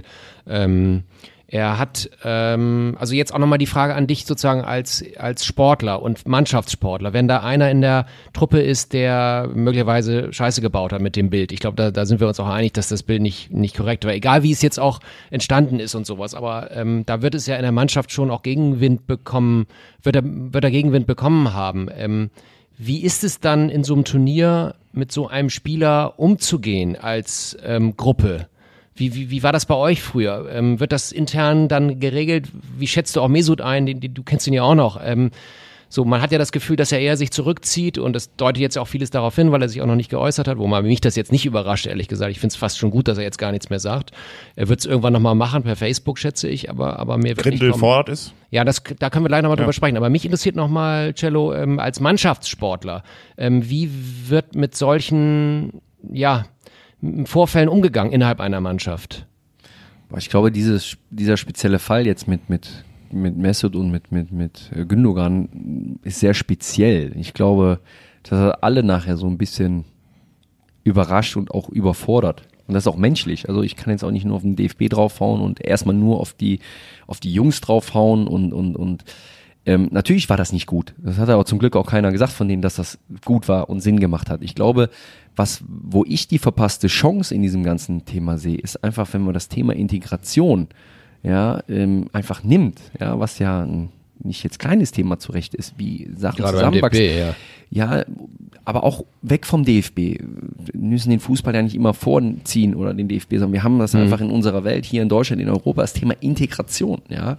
S1: Er hat, also jetzt auch nochmal die Frage an dich sozusagen als Sportler und Mannschaftssportler, wenn da einer in der Truppe ist, der möglicherweise Scheiße gebaut hat mit dem Bild. Ich glaube, da sind wir uns auch einig, dass das Bild nicht korrekt war. Egal wie es jetzt auch entstanden ist und sowas, aber da wird es ja in der Mannschaft schon auch Gegenwind bekommen, wird er Gegenwind bekommen haben. Wie ist es dann in so einem Turnier mit so einem Spieler umzugehen als Gruppe? Wie war das bei euch früher? Wird das intern dann geregelt? Wie schätzt du auch Mesut ein? Du kennst ihn ja auch noch. So, man hat ja das Gefühl, dass er eher sich zurückzieht und das deutet jetzt auch vieles darauf hin, weil er sich auch noch nicht geäußert hat, wo man mich das jetzt nicht überrascht, ehrlich gesagt. Ich finde es fast schon gut, dass er jetzt gar nichts mehr sagt. Er wird es irgendwann nochmal machen, per Facebook, schätze ich, aber mir wird
S2: Grindel fordert ist?
S1: Ja, da können wir gleich nochmal drüber sprechen. Aber mich interessiert nochmal, Cello, als Mannschaftssportler, wie wird mit solchen, Vorfällen umgegangen innerhalb einer Mannschaft?
S3: Ich glaube, dieser spezielle Fall jetzt mit Mesut und mit Gündogan ist sehr speziell. Ich glaube, das hat alle nachher so ein bisschen überrascht und auch überfordert. Und das ist auch menschlich. Also ich kann jetzt auch nicht nur auf den DFB draufhauen und erstmal nur auf die Jungs draufhauen und natürlich war das nicht gut. Das hat aber zum Glück auch keiner gesagt von denen, dass das gut war und Sinn gemacht hat. Ich glaube, wo ich die verpasste Chance in diesem ganzen Thema sehe, ist einfach, wenn man das Thema Integration einfach nimmt, was ja ein nicht jetzt kleines Thema zurecht ist, wie Sachen
S1: Gerade beim
S3: zusammenwachsen.
S1: DFB, ja.
S3: Ja, aber auch weg vom DFB. Wir müssen den Fußball ja nicht immer vorziehen oder den DFB, sondern wir haben das einfach in unserer Welt, hier in Deutschland, in Europa, das Thema Integration, ja.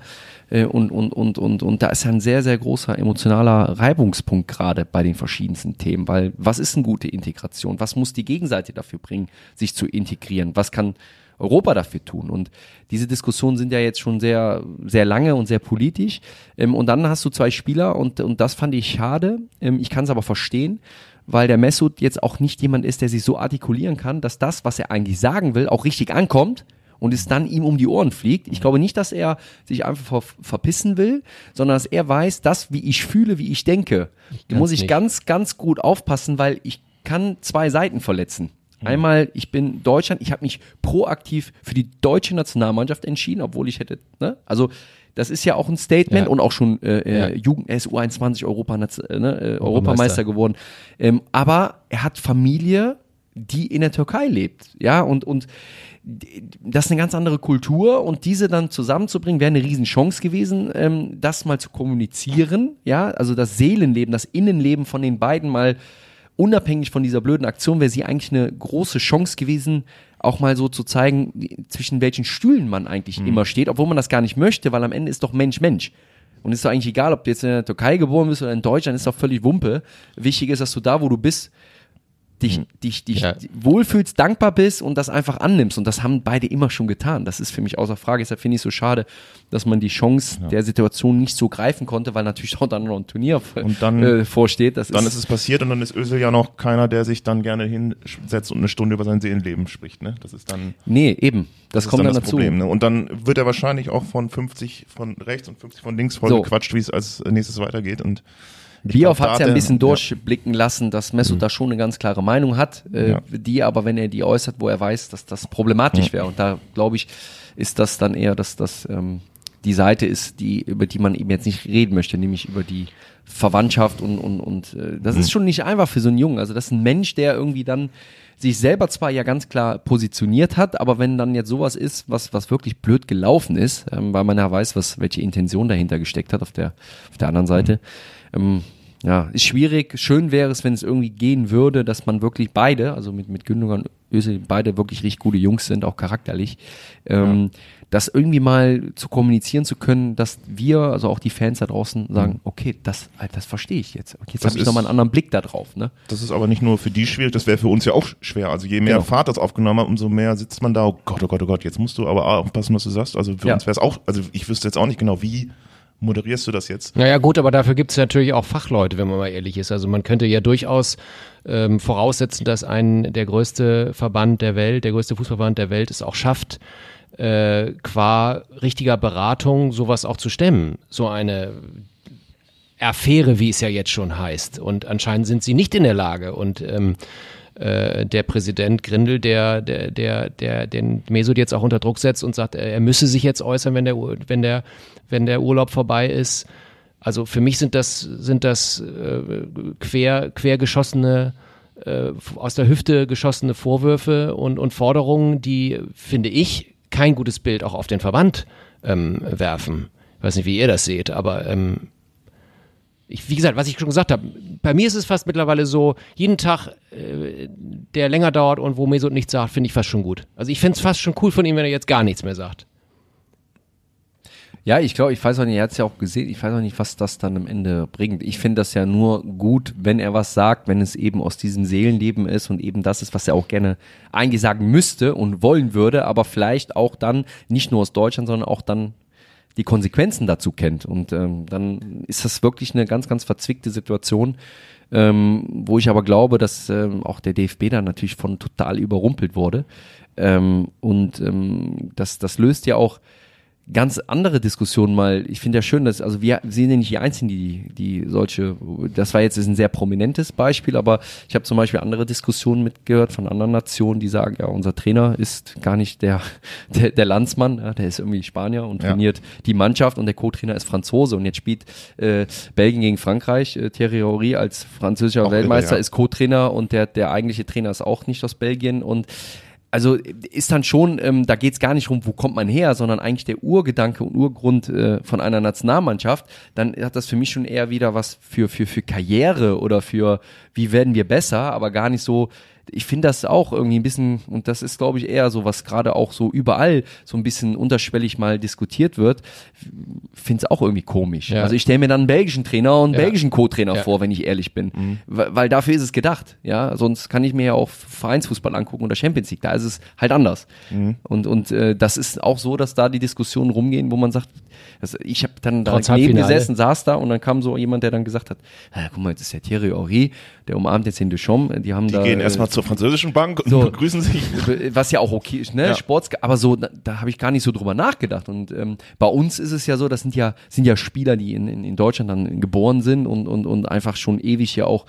S3: Und da ist ja ein sehr, sehr großer emotionaler Reibungspunkt gerade bei den verschiedensten Themen, weil was ist eine gute Integration? Was muss die Gegenseite dafür bringen, sich zu integrieren? Was kann Europa dafür tun? Und diese Diskussionen sind ja jetzt schon sehr, sehr lange und sehr politisch. Und dann hast du zwei Spieler und das fand ich schade. Ich kann es aber verstehen, weil der Mesut jetzt auch nicht jemand ist, der sich so artikulieren kann, dass das, was er eigentlich sagen will, auch richtig ankommt und es dann ihm um die Ohren fliegt. Ich glaube nicht, dass er sich einfach verpissen will, sondern dass er weiß, das, wie ich fühle, wie ich denke, muss ich ganz, ganz gut aufpassen, weil ich kann zwei Seiten verletzen. Einmal, ich bin Deutschland, ich habe mich proaktiv für die deutsche Nationalmannschaft entschieden, obwohl ich hätte, ne? Also das ist ja auch ein Statement und auch schon Jugend, er ist U21 Europameister geworden. Aber er hat Familie, die in der Türkei lebt, ja, und das ist eine ganz andere Kultur und diese dann zusammenzubringen, wäre eine Riesenchance gewesen, das mal zu kommunizieren, ja, also das Seelenleben, das Innenleben von den beiden mal unabhängig von dieser blöden Aktion, wäre sie eigentlich eine große Chance gewesen, auch mal so zu zeigen, zwischen welchen Stühlen man eigentlich immer steht, obwohl man das gar nicht möchte, weil am Ende ist doch Mensch Mensch. Und ist doch eigentlich egal, ob du jetzt in der Türkei geboren bist oder in Deutschland, ist doch völlig Wumpe. Wichtig ist, dass du da, wo du bist, dich wohlfühlst, dankbar bist und das einfach annimmst. Und das haben beide immer schon getan. Das ist für mich außer Frage. Deshalb finde ich es so schade, dass man die Chance der Situation nicht so greifen konnte, weil natürlich auch dann noch ein Turnier vorsteht. Dann
S2: ist es passiert und dann ist Özil ja noch keiner, der sich dann gerne hinsetzt und eine Stunde über sein Seelenleben spricht. Ne? Das ist dann...
S3: Nee, eben. Das kommt dann dazu.
S2: Problem, ne? Und dann wird er wahrscheinlich auch von 50 von rechts und 50 von links voll gequatscht, wie es als nächstes weitergeht. Und
S3: Bierhoff hat es ja ein bisschen durchblicken lassen, dass Mesut da schon eine ganz klare Meinung hat, die aber, wenn er die äußert, wo er weiß, dass das problematisch wäre. Und da, glaube ich, ist das dann eher, dass das die Seite ist, über die man eben jetzt nicht reden möchte, nämlich über die Verwandtschaft und das ist schon nicht einfach für so einen Jungen. Also das ist ein Mensch, der irgendwie dann sich selber zwar ja ganz klar positioniert hat, aber wenn dann jetzt sowas ist, was wirklich blöd gelaufen ist, weil man ja weiß, welche Intention dahinter gesteckt hat auf der anderen Seite, ist schwierig. Schön wäre es, wenn es irgendwie gehen würde, dass man wirklich beide, also mit Gündogan und Özil, beide wirklich richtig gute Jungs sind, auch charakterlich, das irgendwie mal zu kommunizieren zu können, dass wir, also auch die Fans da draußen sagen, okay, das verstehe ich jetzt. Okay, jetzt habe ich nochmal einen anderen Blick da drauf. Ne?
S2: Das ist aber nicht nur für die schwierig, das wäre für uns ja auch schwer. Also je mehr Fahrt das aufgenommen hat, umso mehr sitzt man da, oh Gott, jetzt musst du aber aufpassen, was du sagst. Also für uns wäre es auch, also ich wüsste jetzt auch nicht genau, wie moderierst du das jetzt?
S1: Naja gut, aber dafür gibt es natürlich auch Fachleute, wenn man mal ehrlich ist. Also man könnte ja durchaus voraussetzen, dass der größte Verband der Welt, der größte Fußballverband der Welt es auch schafft, qua richtiger Beratung sowas auch zu stemmen. So eine Affäre, wie es ja jetzt schon heißt. Und anscheinend sind sie nicht in der Lage. Und der Präsident Grindel, der den Mesut jetzt auch unter Druck setzt und sagt, er müsse sich jetzt äußern, wenn der Urlaub vorbei ist. Also für mich sind das quer geschossene, aus der Hüfte geschossene Vorwürfe und Forderungen, die, finde ich, kein gutes Bild auch auf den Verband werfen. Ich weiß nicht, wie ihr das seht, aber wie gesagt, was ich schon gesagt habe, bei mir ist es fast mittlerweile so, jeden Tag, der länger dauert und wo Mesut nichts sagt, finde ich fast schon gut. Also ich fände es fast schon cool von ihm, wenn er jetzt gar nichts mehr sagt.
S3: Ja, ich glaube, ich weiß auch nicht, er hat es ja auch gesehen, ich weiß auch nicht, was das dann am Ende bringt. Ich finde das ja nur gut, wenn er was sagt, wenn es eben aus diesem Seelenleben ist und eben das ist, was er auch gerne eigentlich sagen müsste und wollen würde, aber vielleicht auch dann nicht nur aus Deutschland, sondern auch dann die Konsequenzen dazu kennt. Und dann ist das wirklich eine ganz, ganz verzwickte Situation, wo ich aber glaube, dass auch der DFB dann natürlich von total überrumpelt wurde. Das löst ja auch ganz andere Diskussionen mal. Ich finde ja schön, dass, also wir sind ja nicht die Einzigen, die solche, das war jetzt ein sehr prominentes Beispiel, aber ich habe zum Beispiel andere Diskussionen mitgehört von anderen Nationen, die sagen, ja, unser Trainer ist gar nicht der Landsmann, ja, der ist irgendwie Spanier und trainiert die Mannschaft und der Co-Trainer ist Franzose und jetzt spielt Belgien gegen Frankreich, Thierry Henry als französischer Weltmeister ist Co-Trainer und der eigentliche Trainer ist auch nicht aus Belgien und also ist dann schon, da geht es gar nicht rum, wo kommt man her, sondern eigentlich der Urgedanke und Urgrund von einer Nationalmannschaft, dann hat das für mich schon eher wieder was für Karriere oder für wie werden wir besser, aber gar nicht so. Ich finde das auch irgendwie ein bisschen, und das ist, glaube ich, eher so, was gerade auch so überall so ein bisschen unterschwellig mal diskutiert wird, finde es auch irgendwie komisch. Ja. Also ich stelle mir dann einen belgischen Trainer und einen belgischen Co-Trainer vor, wenn ich ehrlich bin. Weil dafür ist es gedacht. Ja, sonst kann ich mir ja auch Vereinsfußball angucken oder Champions League. Da ist es halt anders. Und das ist auch so, dass da die Diskussionen rumgehen, wo man sagt, ich habe dann da neben gesessen, saß da und dann kam so jemand, der dann gesagt hat, guck mal, jetzt ist der Thierry Henry, der umarmt jetzt den Deschamps. Die
S2: gehen erstmal zur französischen Bank und begrüßen sich.
S3: Was ja auch okay ist, ne? Ja. Aber so, da habe ich gar nicht so drüber nachgedacht. Und bei uns ist es ja so, das sind ja Spieler, die in Deutschland dann geboren sind und einfach schon ewig ja auch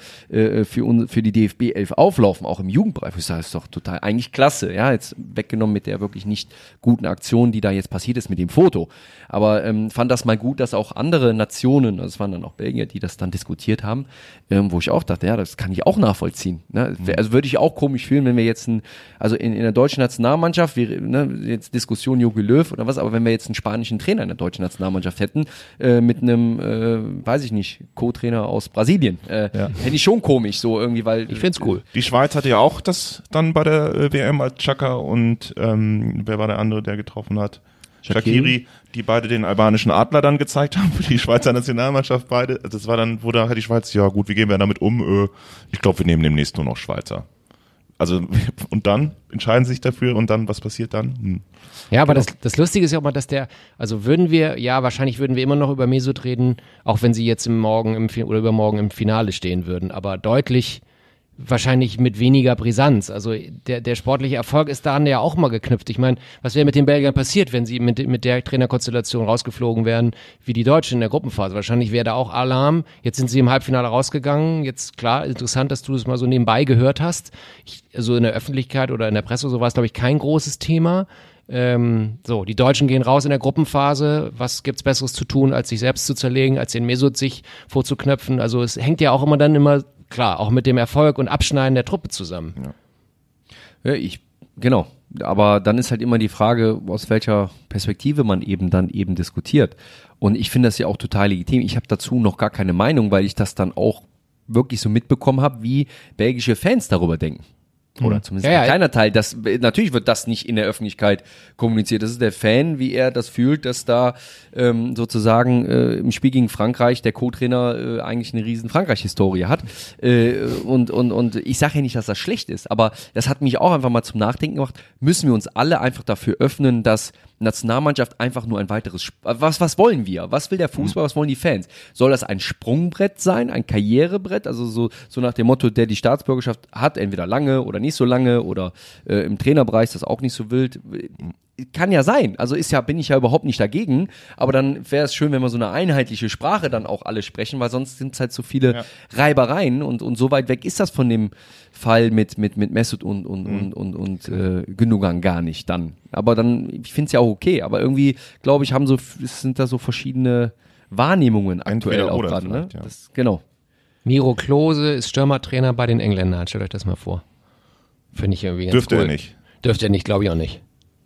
S3: für die DFB 11 auflaufen, auch im Jugendbereich. Ich sage, das ist doch total eigentlich klasse. Ja, jetzt weggenommen mit der wirklich nicht guten Aktion, die da jetzt passiert ist mit dem Foto. Aber fand das mal gut, dass auch andere Nationen, also es waren dann auch Belgier, die das dann diskutiert haben, wo ich auch dachte, ja, das kann ich auch nachvollziehen. Ne? Also würde ich auch komisch fühlen, wenn wir jetzt in der deutschen Nationalmannschaft, jetzt Diskussion Jogi Löw oder was, aber wenn wir jetzt einen spanischen Trainer in der deutschen Nationalmannschaft hätten, mit einem, weiß ich nicht, Co-Trainer aus Brasilien, hätte ich schon komisch so irgendwie, weil
S1: ich find's cool.
S2: Die Schweiz hatte ja auch das dann bei der WM als Xhaka und wer war der andere, der getroffen hat? Shaqiri, die beide den albanischen Adler dann gezeigt haben für die Schweizer Nationalmannschaft beide. Das war dann, wo da die Schweiz, ja gut, wie gehen wir damit um? Ich glaube, wir nehmen demnächst nur noch Schweizer. Also, und dann entscheiden sie sich dafür und dann, was passiert dann?
S1: Ja, aber das Lustige ist ja auch mal, dass wahrscheinlich würden wir immer noch über Mesut reden, auch wenn sie jetzt übermorgen im Finale stehen würden, aber deutlich wahrscheinlich mit weniger Brisanz. Also der sportliche Erfolg ist daran ja auch mal geknüpft. Ich meine, was wäre mit den Belgiern passiert, wenn sie mit der Trainerkonstellation rausgeflogen wären, wie die Deutschen in der Gruppenphase? Wahrscheinlich wäre da auch Alarm. Jetzt sind sie im Halbfinale rausgegangen. Jetzt, klar, interessant, dass du das mal so nebenbei gehört hast. Also in der Öffentlichkeit oder in der Presse, so war es, glaube ich, kein großes Thema. Die Deutschen gehen raus in der Gruppenphase. Was gibt's Besseres zu tun, als sich selbst zu zerlegen, als den Mesut sich vorzuknöpfen? Also es hängt ja auch immer klar, auch mit dem Erfolg und Abschneiden der Truppe zusammen.
S3: Ja, genau. Aber dann ist halt immer die Frage, aus welcher Perspektive man dann diskutiert. Und ich finde das ja auch total legitim. Ich habe dazu noch gar keine Meinung, weil ich das dann auch wirklich so mitbekommen habe, wie belgische Fans darüber denken. Oder zumindest ein kleiner Teil. Natürlich wird das nicht in der Öffentlichkeit kommuniziert. Das ist der Fan, wie er das fühlt, dass da sozusagen im Spiel gegen Frankreich der Co-Trainer eigentlich eine riesen Frankreich-Historie hat. Und ich sage ja nicht, dass das schlecht ist, aber das hat mich auch einfach mal zum Nachdenken gemacht. Müssen wir uns alle einfach dafür öffnen, dass Nationalmannschaft einfach nur ein weiteres, was wollen wir? Was will der Fußball? Was wollen die Fans? Soll das ein Sprungbrett sein, ein Karrierebrett? Also so nach dem Motto, der die Staatsbürgerschaft hat, entweder lange oder nicht so lange oder im Trainerbereich ist das auch nicht so wild. Kann ja sein, also bin ich ja überhaupt nicht dagegen, aber dann wäre es schön, wenn wir so eine einheitliche Sprache dann auch alle sprechen, weil sonst sind es halt so viele Reibereien und so weit weg ist das von dem Fall mit Mesut und Gündogan gar nicht dann. Aber dann, ich finde es ja auch okay, aber irgendwie, glaube ich, sind da so verschiedene Wahrnehmungen aktuell auch dran. Ne?
S2: Ja.
S3: Genau.
S1: Miro Klose ist Stürmertrainer bei den Engländern, stellt euch das mal vor. Finde ich irgendwie ganz
S2: Dürfte
S1: cool.
S2: er nicht.
S1: Dürfte er nicht, glaube ich auch nicht.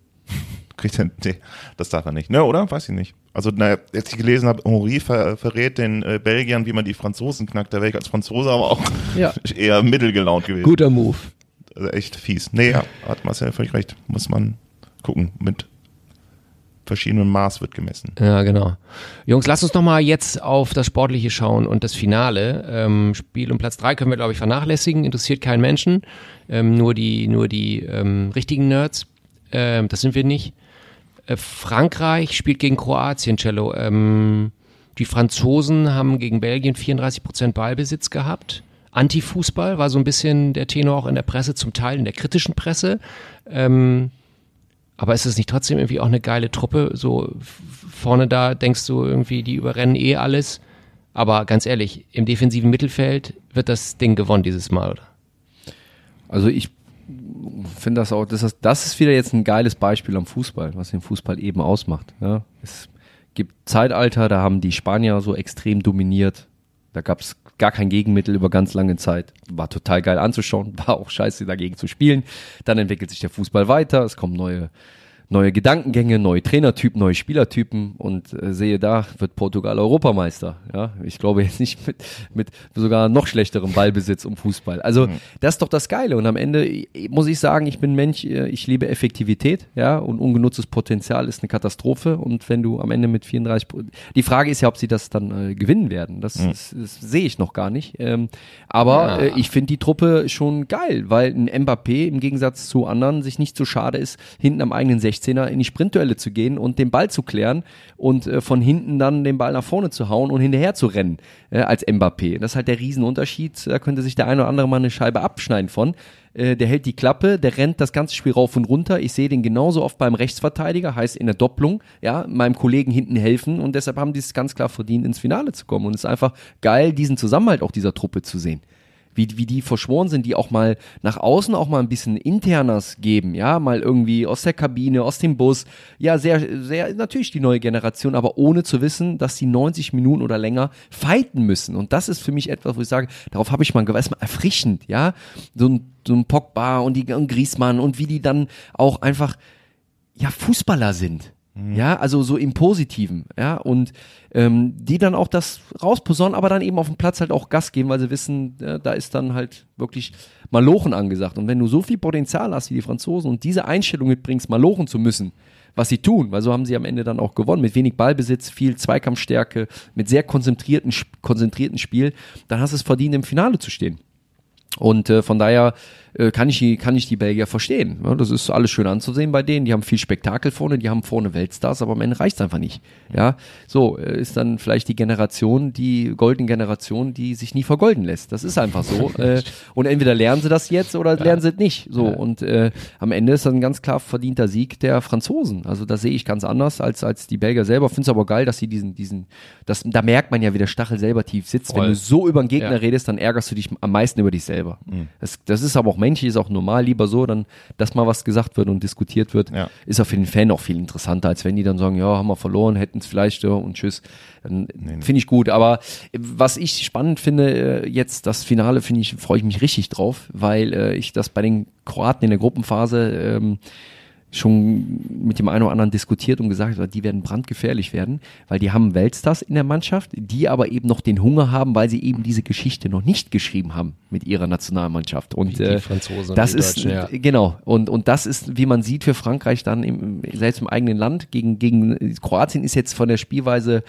S2: Nee, das darf er nicht. Ne, oder? Weiß ich nicht. Also, als ich gelesen habe, Henry verrät den Belgiern, wie man die Franzosen knackt, da wäre ich als Franzose aber auch eher mittelgelaunt gewesen.
S1: Guter Move.
S2: Also echt fies. Nee, hat Marcel völlig recht. Muss man gucken. Mit verschiedenem Maß wird gemessen.
S1: Ja, genau. Jungs, lasst uns noch mal jetzt auf das Sportliche schauen und das Finale. Spiel um Platz 3 können wir, glaube ich, vernachlässigen. Interessiert keinen Menschen. Nur die richtigen Nerds. Das sind wir nicht. Frankreich spielt gegen Kroatien, Cello. Die Franzosen haben gegen Belgien 34% Ballbesitz gehabt. Anti-Fußball war so ein bisschen der Tenor auch in der Presse, zum Teil in der kritischen Presse. Aber ist es nicht trotzdem irgendwie auch eine geile Truppe? So vorne da denkst du irgendwie, die überrennen alles. Aber ganz ehrlich, im defensiven Mittelfeld wird das Ding gewonnen dieses Mal, oder?
S3: Also ich finde das auch, das ist wieder jetzt ein geiles Beispiel am Fußball, was den Fußball eben ausmacht. Ja. Es gibt Zeitalter, da haben die Spanier so extrem dominiert Da gab es gar kein Gegenmittel über ganz lange Zeit. War total geil anzuschauen, war auch scheiße dagegen zu spielen. Dann entwickelt sich der Fußball weiter, es kommen neue Gedankengänge, neue Trainertypen, neue Spielertypen und sehe da, wird Portugal Europameister. Ja, ich glaube jetzt nicht mit sogar noch schlechterem Ballbesitz um Fußball. Also das ist doch das Geile und am Ende muss ich sagen, ich bin Mensch, ich liebe Effektivität, ja, und ungenutztes Potenzial ist eine Katastrophe und wenn du am Ende mit 34, die Frage ist ja, ob sie das dann gewinnen werden. Das sehe ich noch gar nicht. Aber ich finde die Truppe schon geil, weil ein Mbappé im Gegensatz zu anderen sich nicht so schade ist, hinten am eigenen 16er in die Sprintduelle zu gehen und den Ball zu klären und von hinten dann den Ball nach vorne zu hauen und hinterher zu rennen als Mbappé. Das ist halt der Riesenunterschied. Da könnte sich der eine oder andere mal eine Scheibe abschneiden von. Der hält die Klappe, der rennt das ganze Spiel rauf und runter. Ich sehe den genauso oft beim Rechtsverteidiger, heißt in der Doppelung, ja, meinem Kollegen hinten helfen und deshalb haben die es ganz klar verdient, ins Finale zu kommen. Und es ist einfach geil, diesen Zusammenhalt auch dieser Truppe zu sehen. Wie die verschworen sind, die auch mal nach außen auch mal ein bisschen Internas geben, ja, mal irgendwie aus der Kabine, aus dem Bus, ja, sehr, sehr, natürlich die neue Generation, aber ohne zu wissen, dass sie 90 Minuten oder länger fighten müssen. Und das ist für mich etwas, wo ich sage, darauf habe ich mal erstmal erfrischend, ja, so ein Pogba und Griezmann und wie die dann auch einfach, ja, Fußballer sind. Ja, also so im Positiven, ja, und die dann auch das rausposaunen, aber dann eben auf dem Platz halt auch Gas geben, weil sie wissen, da ist dann halt wirklich Malochen angesagt. Und wenn du so viel Potenzial hast wie die Franzosen und diese Einstellung mitbringst, Malochen zu müssen, was sie tun, weil so haben sie am Ende dann auch gewonnen, mit wenig Ballbesitz, viel Zweikampfstärke, mit sehr konzentrierten Spiel, dann hast du es verdient, im Finale zu stehen. Und von daher kann ich die Belgier verstehen. Ja, das ist alles schön anzusehen bei denen. Die haben viel Spektakel vorne, die haben vorne Weltstars, aber am Ende reicht's einfach nicht. Ja, so ist dann vielleicht die Generation, die goldene Generation, die sich nie vergolden lässt. Das ist einfach so. Und entweder lernen sie das jetzt oder lernen sie es nicht. So und am Ende ist das ein ganz klar verdienter Sieg der Franzosen. Also das sehe ich ganz anders als die Belgier selber. Finde es aber geil, dass sie da merkt man ja, wie der Stachel selber tief sitzt. Voll. Wenn du so über den Gegner redest, dann ärgerst du dich am meisten über dich selber. Das ist aber auch menschlich, ist auch normal, lieber so, dann, dass mal was gesagt wird und diskutiert wird, ist auch für den Fan auch viel interessanter, als wenn die dann sagen, ja, haben wir verloren, hätten es vielleicht, ja, und tschüss. Finde ich gut, aber was ich spannend finde, jetzt das Finale, freue ich mich richtig drauf, weil ich das bei den Kroaten in der Gruppenphase schon mit dem einen oder anderen diskutiert und gesagt, die werden brandgefährlich werden, weil die haben Weltstars in der Mannschaft, die aber eben noch den Hunger haben, weil sie eben diese Geschichte noch nicht geschrieben haben mit ihrer Nationalmannschaft. Und
S1: die Franzosen,
S3: das
S1: die
S3: ist
S1: Deutschen, ja.
S3: Genau. Und das ist, wie man sieht, für Frankreich dann selbst im eigenen Land gegen Kroatien ist jetzt von der Spielweise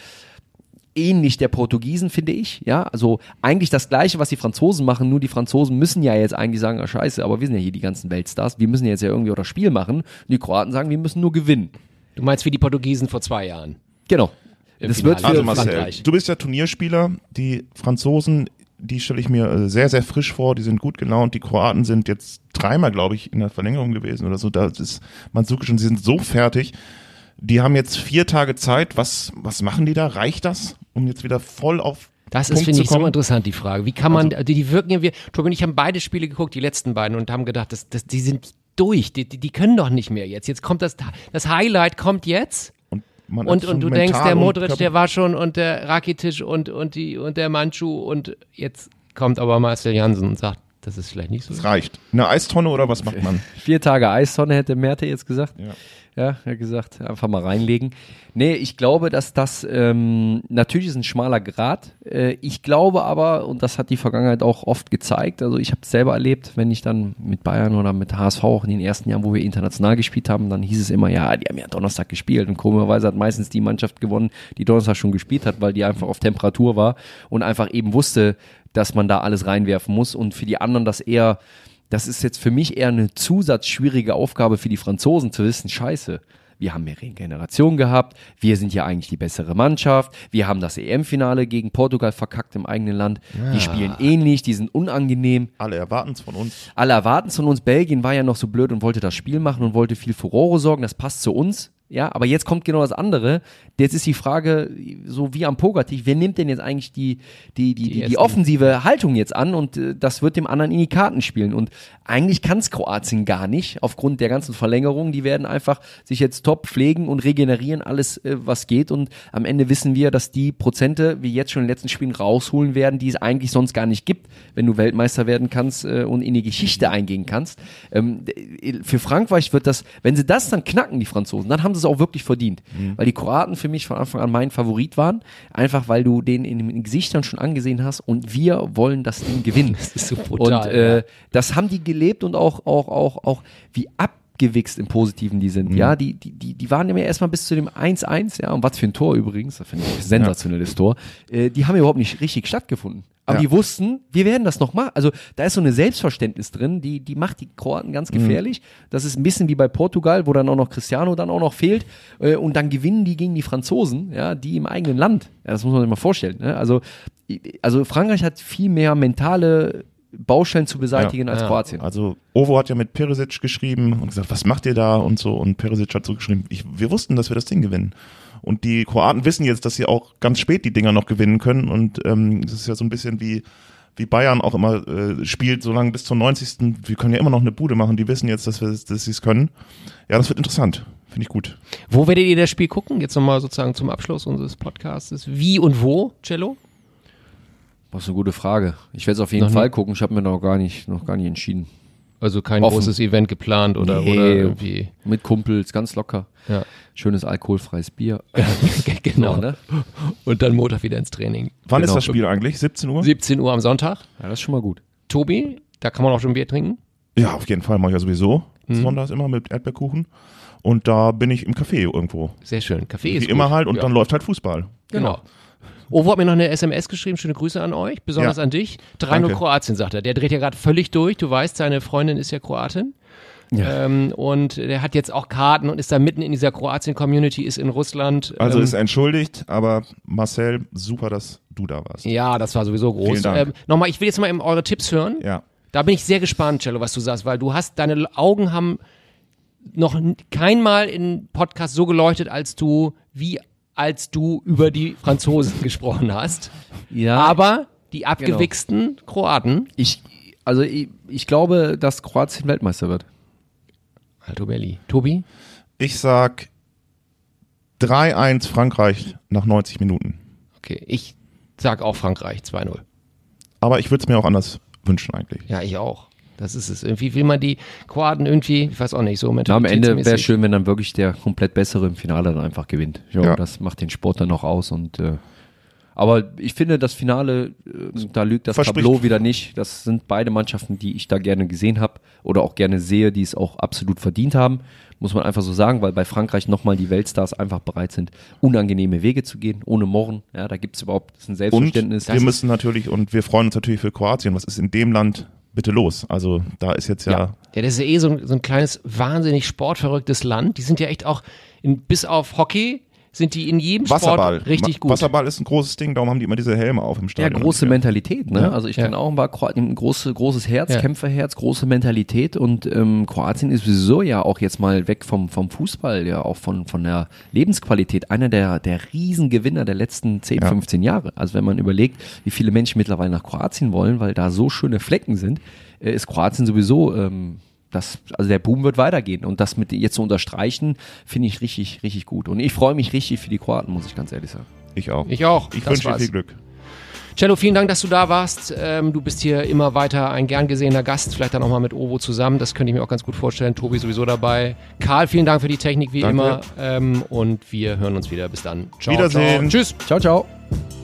S3: ähnlich der Portugiesen, finde ich, ja, also eigentlich das Gleiche, was die Franzosen machen, nur die Franzosen müssen ja jetzt eigentlich sagen, scheiße, aber wir sind ja hier die ganzen Weltstars, wir müssen jetzt ja irgendwie auch das Spiel machen und die Kroaten sagen, wir müssen nur gewinnen.
S1: Du meinst wie die Portugiesen vor 2 Jahren?
S3: Genau.
S1: Das wird für
S2: also Marcel,
S1: Frankreich.
S2: Du bist ja Turnierspieler, die Franzosen, die stelle ich mir sehr, sehr frisch vor, die sind gut gelaunt, die Kroaten sind jetzt 3-mal, glaube ich, in der Verlängerung gewesen oder so, da ist Mandzukic und sie sind so fertig. Die haben jetzt 4 Tage Zeit. Was machen die da? Reicht das, um jetzt wieder voll auf
S1: Das
S2: Punkt
S1: ist, finde ich,
S2: zu kommen?
S1: so interessant, die Frage. Wie kann man, die wirken ja, Tobi und ich haben beide Spiele geguckt, die letzten beiden, und haben gedacht, die sind durch, die können doch nicht mehr jetzt. Jetzt kommt das Highlight kommt jetzt. Und du denkst, der Modric, der war schon, und der Rakitic und der Manchu, und jetzt kommt aber Marcel Jansen und sagt, das ist vielleicht nicht so.
S2: Das reicht. Eine Eistonne oder was macht man?
S3: 4 Tage Eistonne, hätte Merte jetzt gesagt.
S2: Ja.
S3: Ja, er hat gesagt, einfach mal reinlegen. Nee, ich glaube, dass das natürlich ist ein schmaler Grat. Ich glaube aber, und das hat die Vergangenheit auch oft gezeigt, also ich habe es selber erlebt, wenn ich dann mit Bayern oder mit HSV auch in den ersten Jahren, wo wir international gespielt haben, dann hieß es immer, ja, die haben ja Donnerstag gespielt, und komischerweise hat meistens die Mannschaft gewonnen, die Donnerstag schon gespielt hat, weil die einfach auf Temperatur war und einfach eben wusste, dass man da alles reinwerfen muss, und für die anderen das ist jetzt für mich eher eine zusatzschwierige Aufgabe für die Franzosen, zu wissen, scheiße, wir haben mehr Regeneration gehabt, wir sind ja eigentlich die bessere Mannschaft, wir haben das EM-Finale gegen Portugal verkackt im eigenen Land, die spielen ähnlich, die sind unangenehm.
S2: Alle erwarten es von uns.
S3: Alle erwarten es von uns. Belgien war ja noch so blöd und wollte das Spiel machen und wollte viel Furore sorgen, das passt zu uns. Ja, aber jetzt kommt genau das andere. Jetzt ist die Frage, so wie am Pokertisch, wer nimmt denn jetzt eigentlich die offensive Haltung jetzt an und das wird dem anderen in die Karten spielen. Und eigentlich kann es Kroatien gar nicht, aufgrund der ganzen Verlängerungen. Die werden einfach sich jetzt top pflegen und regenerieren, alles was geht. Und am Ende wissen wir, dass die Prozente, wie jetzt schon in den letzten Spielen, rausholen werden, die es eigentlich sonst gar nicht gibt, wenn du Weltmeister werden kannst und in die Geschichte eingehen kannst. Für Frankreich wird das, wenn sie das dann knacken, die Franzosen, dann haben sie es auch wirklich verdient. Weil die Kroaten für mich von Anfang an mein Favorit waren, einfach weil du den in den Gesichtern schon angesehen hast und wir wollen das Ding gewinnen.
S1: Das ist so brutal.
S3: Und das haben die gelebt und auch wie abgewichst im Positiven die sind. Ja, die waren ja erstmal bis zu dem 1-1, ja, und was für ein Tor übrigens, das finde ich ein sensationelles Tor, die haben überhaupt nicht richtig stattgefunden. Aber die wussten, wir werden das noch machen. Also da ist so eine Selbstverständnis drin, die macht die Kroaten ganz gefährlich. Das ist ein bisschen wie bei Portugal, wo dann auch noch Cristiano dann auch noch fehlt. Und dann gewinnen die gegen die Franzosen, ja, die im eigenen Land. Ja, das muss man sich mal vorstellen. Ne? Also Frankreich hat viel mehr mentale Baustellen zu beseitigen als Kroatien.
S2: Also Ovo hat ja mit Perisic geschrieben und gesagt, was macht ihr da und so. Und Perisic hat so geschrieben, wir wussten, dass wir das Ding gewinnen. Und die Kroaten wissen jetzt, dass sie auch ganz spät die Dinger noch gewinnen können. Und das ist ja so ein bisschen wie Bayern auch immer spielt, so lange bis zum 90. Wir können ja immer noch eine Bude machen. Die wissen jetzt, dass sie es können. Ja, das wird interessant. Finde ich gut.
S1: Wo werdet ihr das Spiel gucken? Jetzt nochmal sozusagen zum Abschluss unseres Podcasts. Wie und wo, Cello?
S3: Das ist eine gute Frage. Ich werde es auf jeden Fall gucken. Ich habe mir noch gar nicht entschieden.
S1: Also kein großes Event geplant oder irgendwie.
S3: Mit Kumpels, ganz locker.
S1: Ja.
S3: Schönes alkoholfreies Bier.
S1: Genau.
S3: So, ne?
S1: Und dann Montag wieder ins Training.
S2: Wann ist das Spiel eigentlich? 17 Uhr?
S1: 17 Uhr am Sonntag.
S3: Ja, das ist schon mal gut.
S1: Tobi, da kann man auch schon Bier trinken?
S2: Ja, auf jeden Fall. Mache ich ja sowieso. Sonntags immer mit Erdbeerkuchen. Und da bin ich im Café irgendwo.
S1: Sehr schön. Café
S2: Wie
S1: ist
S2: immer
S1: gut.
S2: halt. Und dann läuft halt Fußball.
S1: Genau. Ovo hat mir noch eine SMS geschrieben, schöne Grüße an euch, besonders an dich. 3-0
S2: Danke.
S1: Kroatien, sagt er. Der dreht ja gerade völlig durch. Du weißt, seine Freundin ist ja Kroatin.
S3: Ja.
S1: Und der hat jetzt auch Karten und ist da mitten in dieser Kroatien-Community, ist in Russland.
S2: Also ist entschuldigt, aber Marcel, super, dass du da warst.
S1: Ja, das war sowieso groß.
S2: Vielen Dank.
S1: Nochmal, ich will jetzt mal eben eure Tipps hören.
S2: Ja.
S1: Da bin ich sehr gespannt, Cello, was du sagst, weil deine Augen haben noch keinmal in Podcast so geleuchtet, als du über die Franzosen gesprochen hast.
S3: Ja.
S1: Aber die abgewichsten Kroaten.
S3: Ich glaube, dass Kroatien Weltmeister wird.
S1: Alto Belli. Tobi?
S2: Ich sag 3-1 Frankreich nach 90 Minuten.
S1: Okay, ich sag auch Frankreich 2-0.
S2: Aber ich würde es mir auch anders wünschen eigentlich.
S1: Ja, ich auch. Das ist es. Irgendwie will man die Kroaten irgendwie, ich weiß auch nicht, so
S3: Am Ende wäre es schön, wenn dann wirklich der komplett Bessere im Finale dann einfach gewinnt. Ja. Das macht den Sport dann noch aus. Aber ich finde, das Finale, da lügt das Tableau wieder nicht. Das sind beide Mannschaften, die ich da gerne gesehen habe oder auch gerne sehe, die es auch absolut verdient haben. Muss man einfach so sagen, weil bei Frankreich nochmal die Weltstars einfach bereit sind, unangenehme Wege zu gehen, ohne Murren. Ja, da gibt es überhaupt, das ist ein Selbstverständnis.
S2: Und wir müssen natürlich, und wir freuen uns natürlich für Kroatien, was ist in dem Land bitte los? Also da ist jetzt ja
S1: das ist ja so ein kleines, wahnsinnig sportverrücktes Land. Die sind ja echt auch, bis auf Hockey, sind die in jedem Sport richtig gut.
S2: Wasserball ist ein großes Ding, darum haben die immer diese Helme auf im Stadion.
S3: Ja, große Mentalität, ne?
S2: Ja.
S3: Also ich kenne auch ein paar Kroaten, ein großes Herz, Kämpferherz, große Mentalität und Kroatien ist sowieso ja auch jetzt mal weg vom Fußball, ja auch von der Lebensqualität, einer der Riesengewinner der letzten 10, 15 Jahre. Also wenn man überlegt, wie viele Menschen mittlerweile nach Kroatien wollen, weil da so schöne Flecken sind, ist Kroatien sowieso also der Boom wird weitergehen und das mit jetzt zu unterstreichen, finde ich richtig, richtig gut. Und ich freue mich richtig für die Kroaten, muss ich ganz ehrlich sagen.
S2: Ich auch.
S1: Ich auch.
S2: Ich wünsche dir viel Glück.
S1: Cello, vielen Dank, dass du da warst. Du bist hier immer weiter ein gern gesehener Gast, vielleicht dann auch mal mit Ovo zusammen. Das könnte ich mir auch ganz gut vorstellen. Tobi sowieso dabei. Karl, vielen Dank für die Technik wie immer. Und wir hören uns wieder. Bis dann. Ciao.
S2: Wiedersehen.
S1: Ciao. Tschüss.
S3: Ciao, ciao.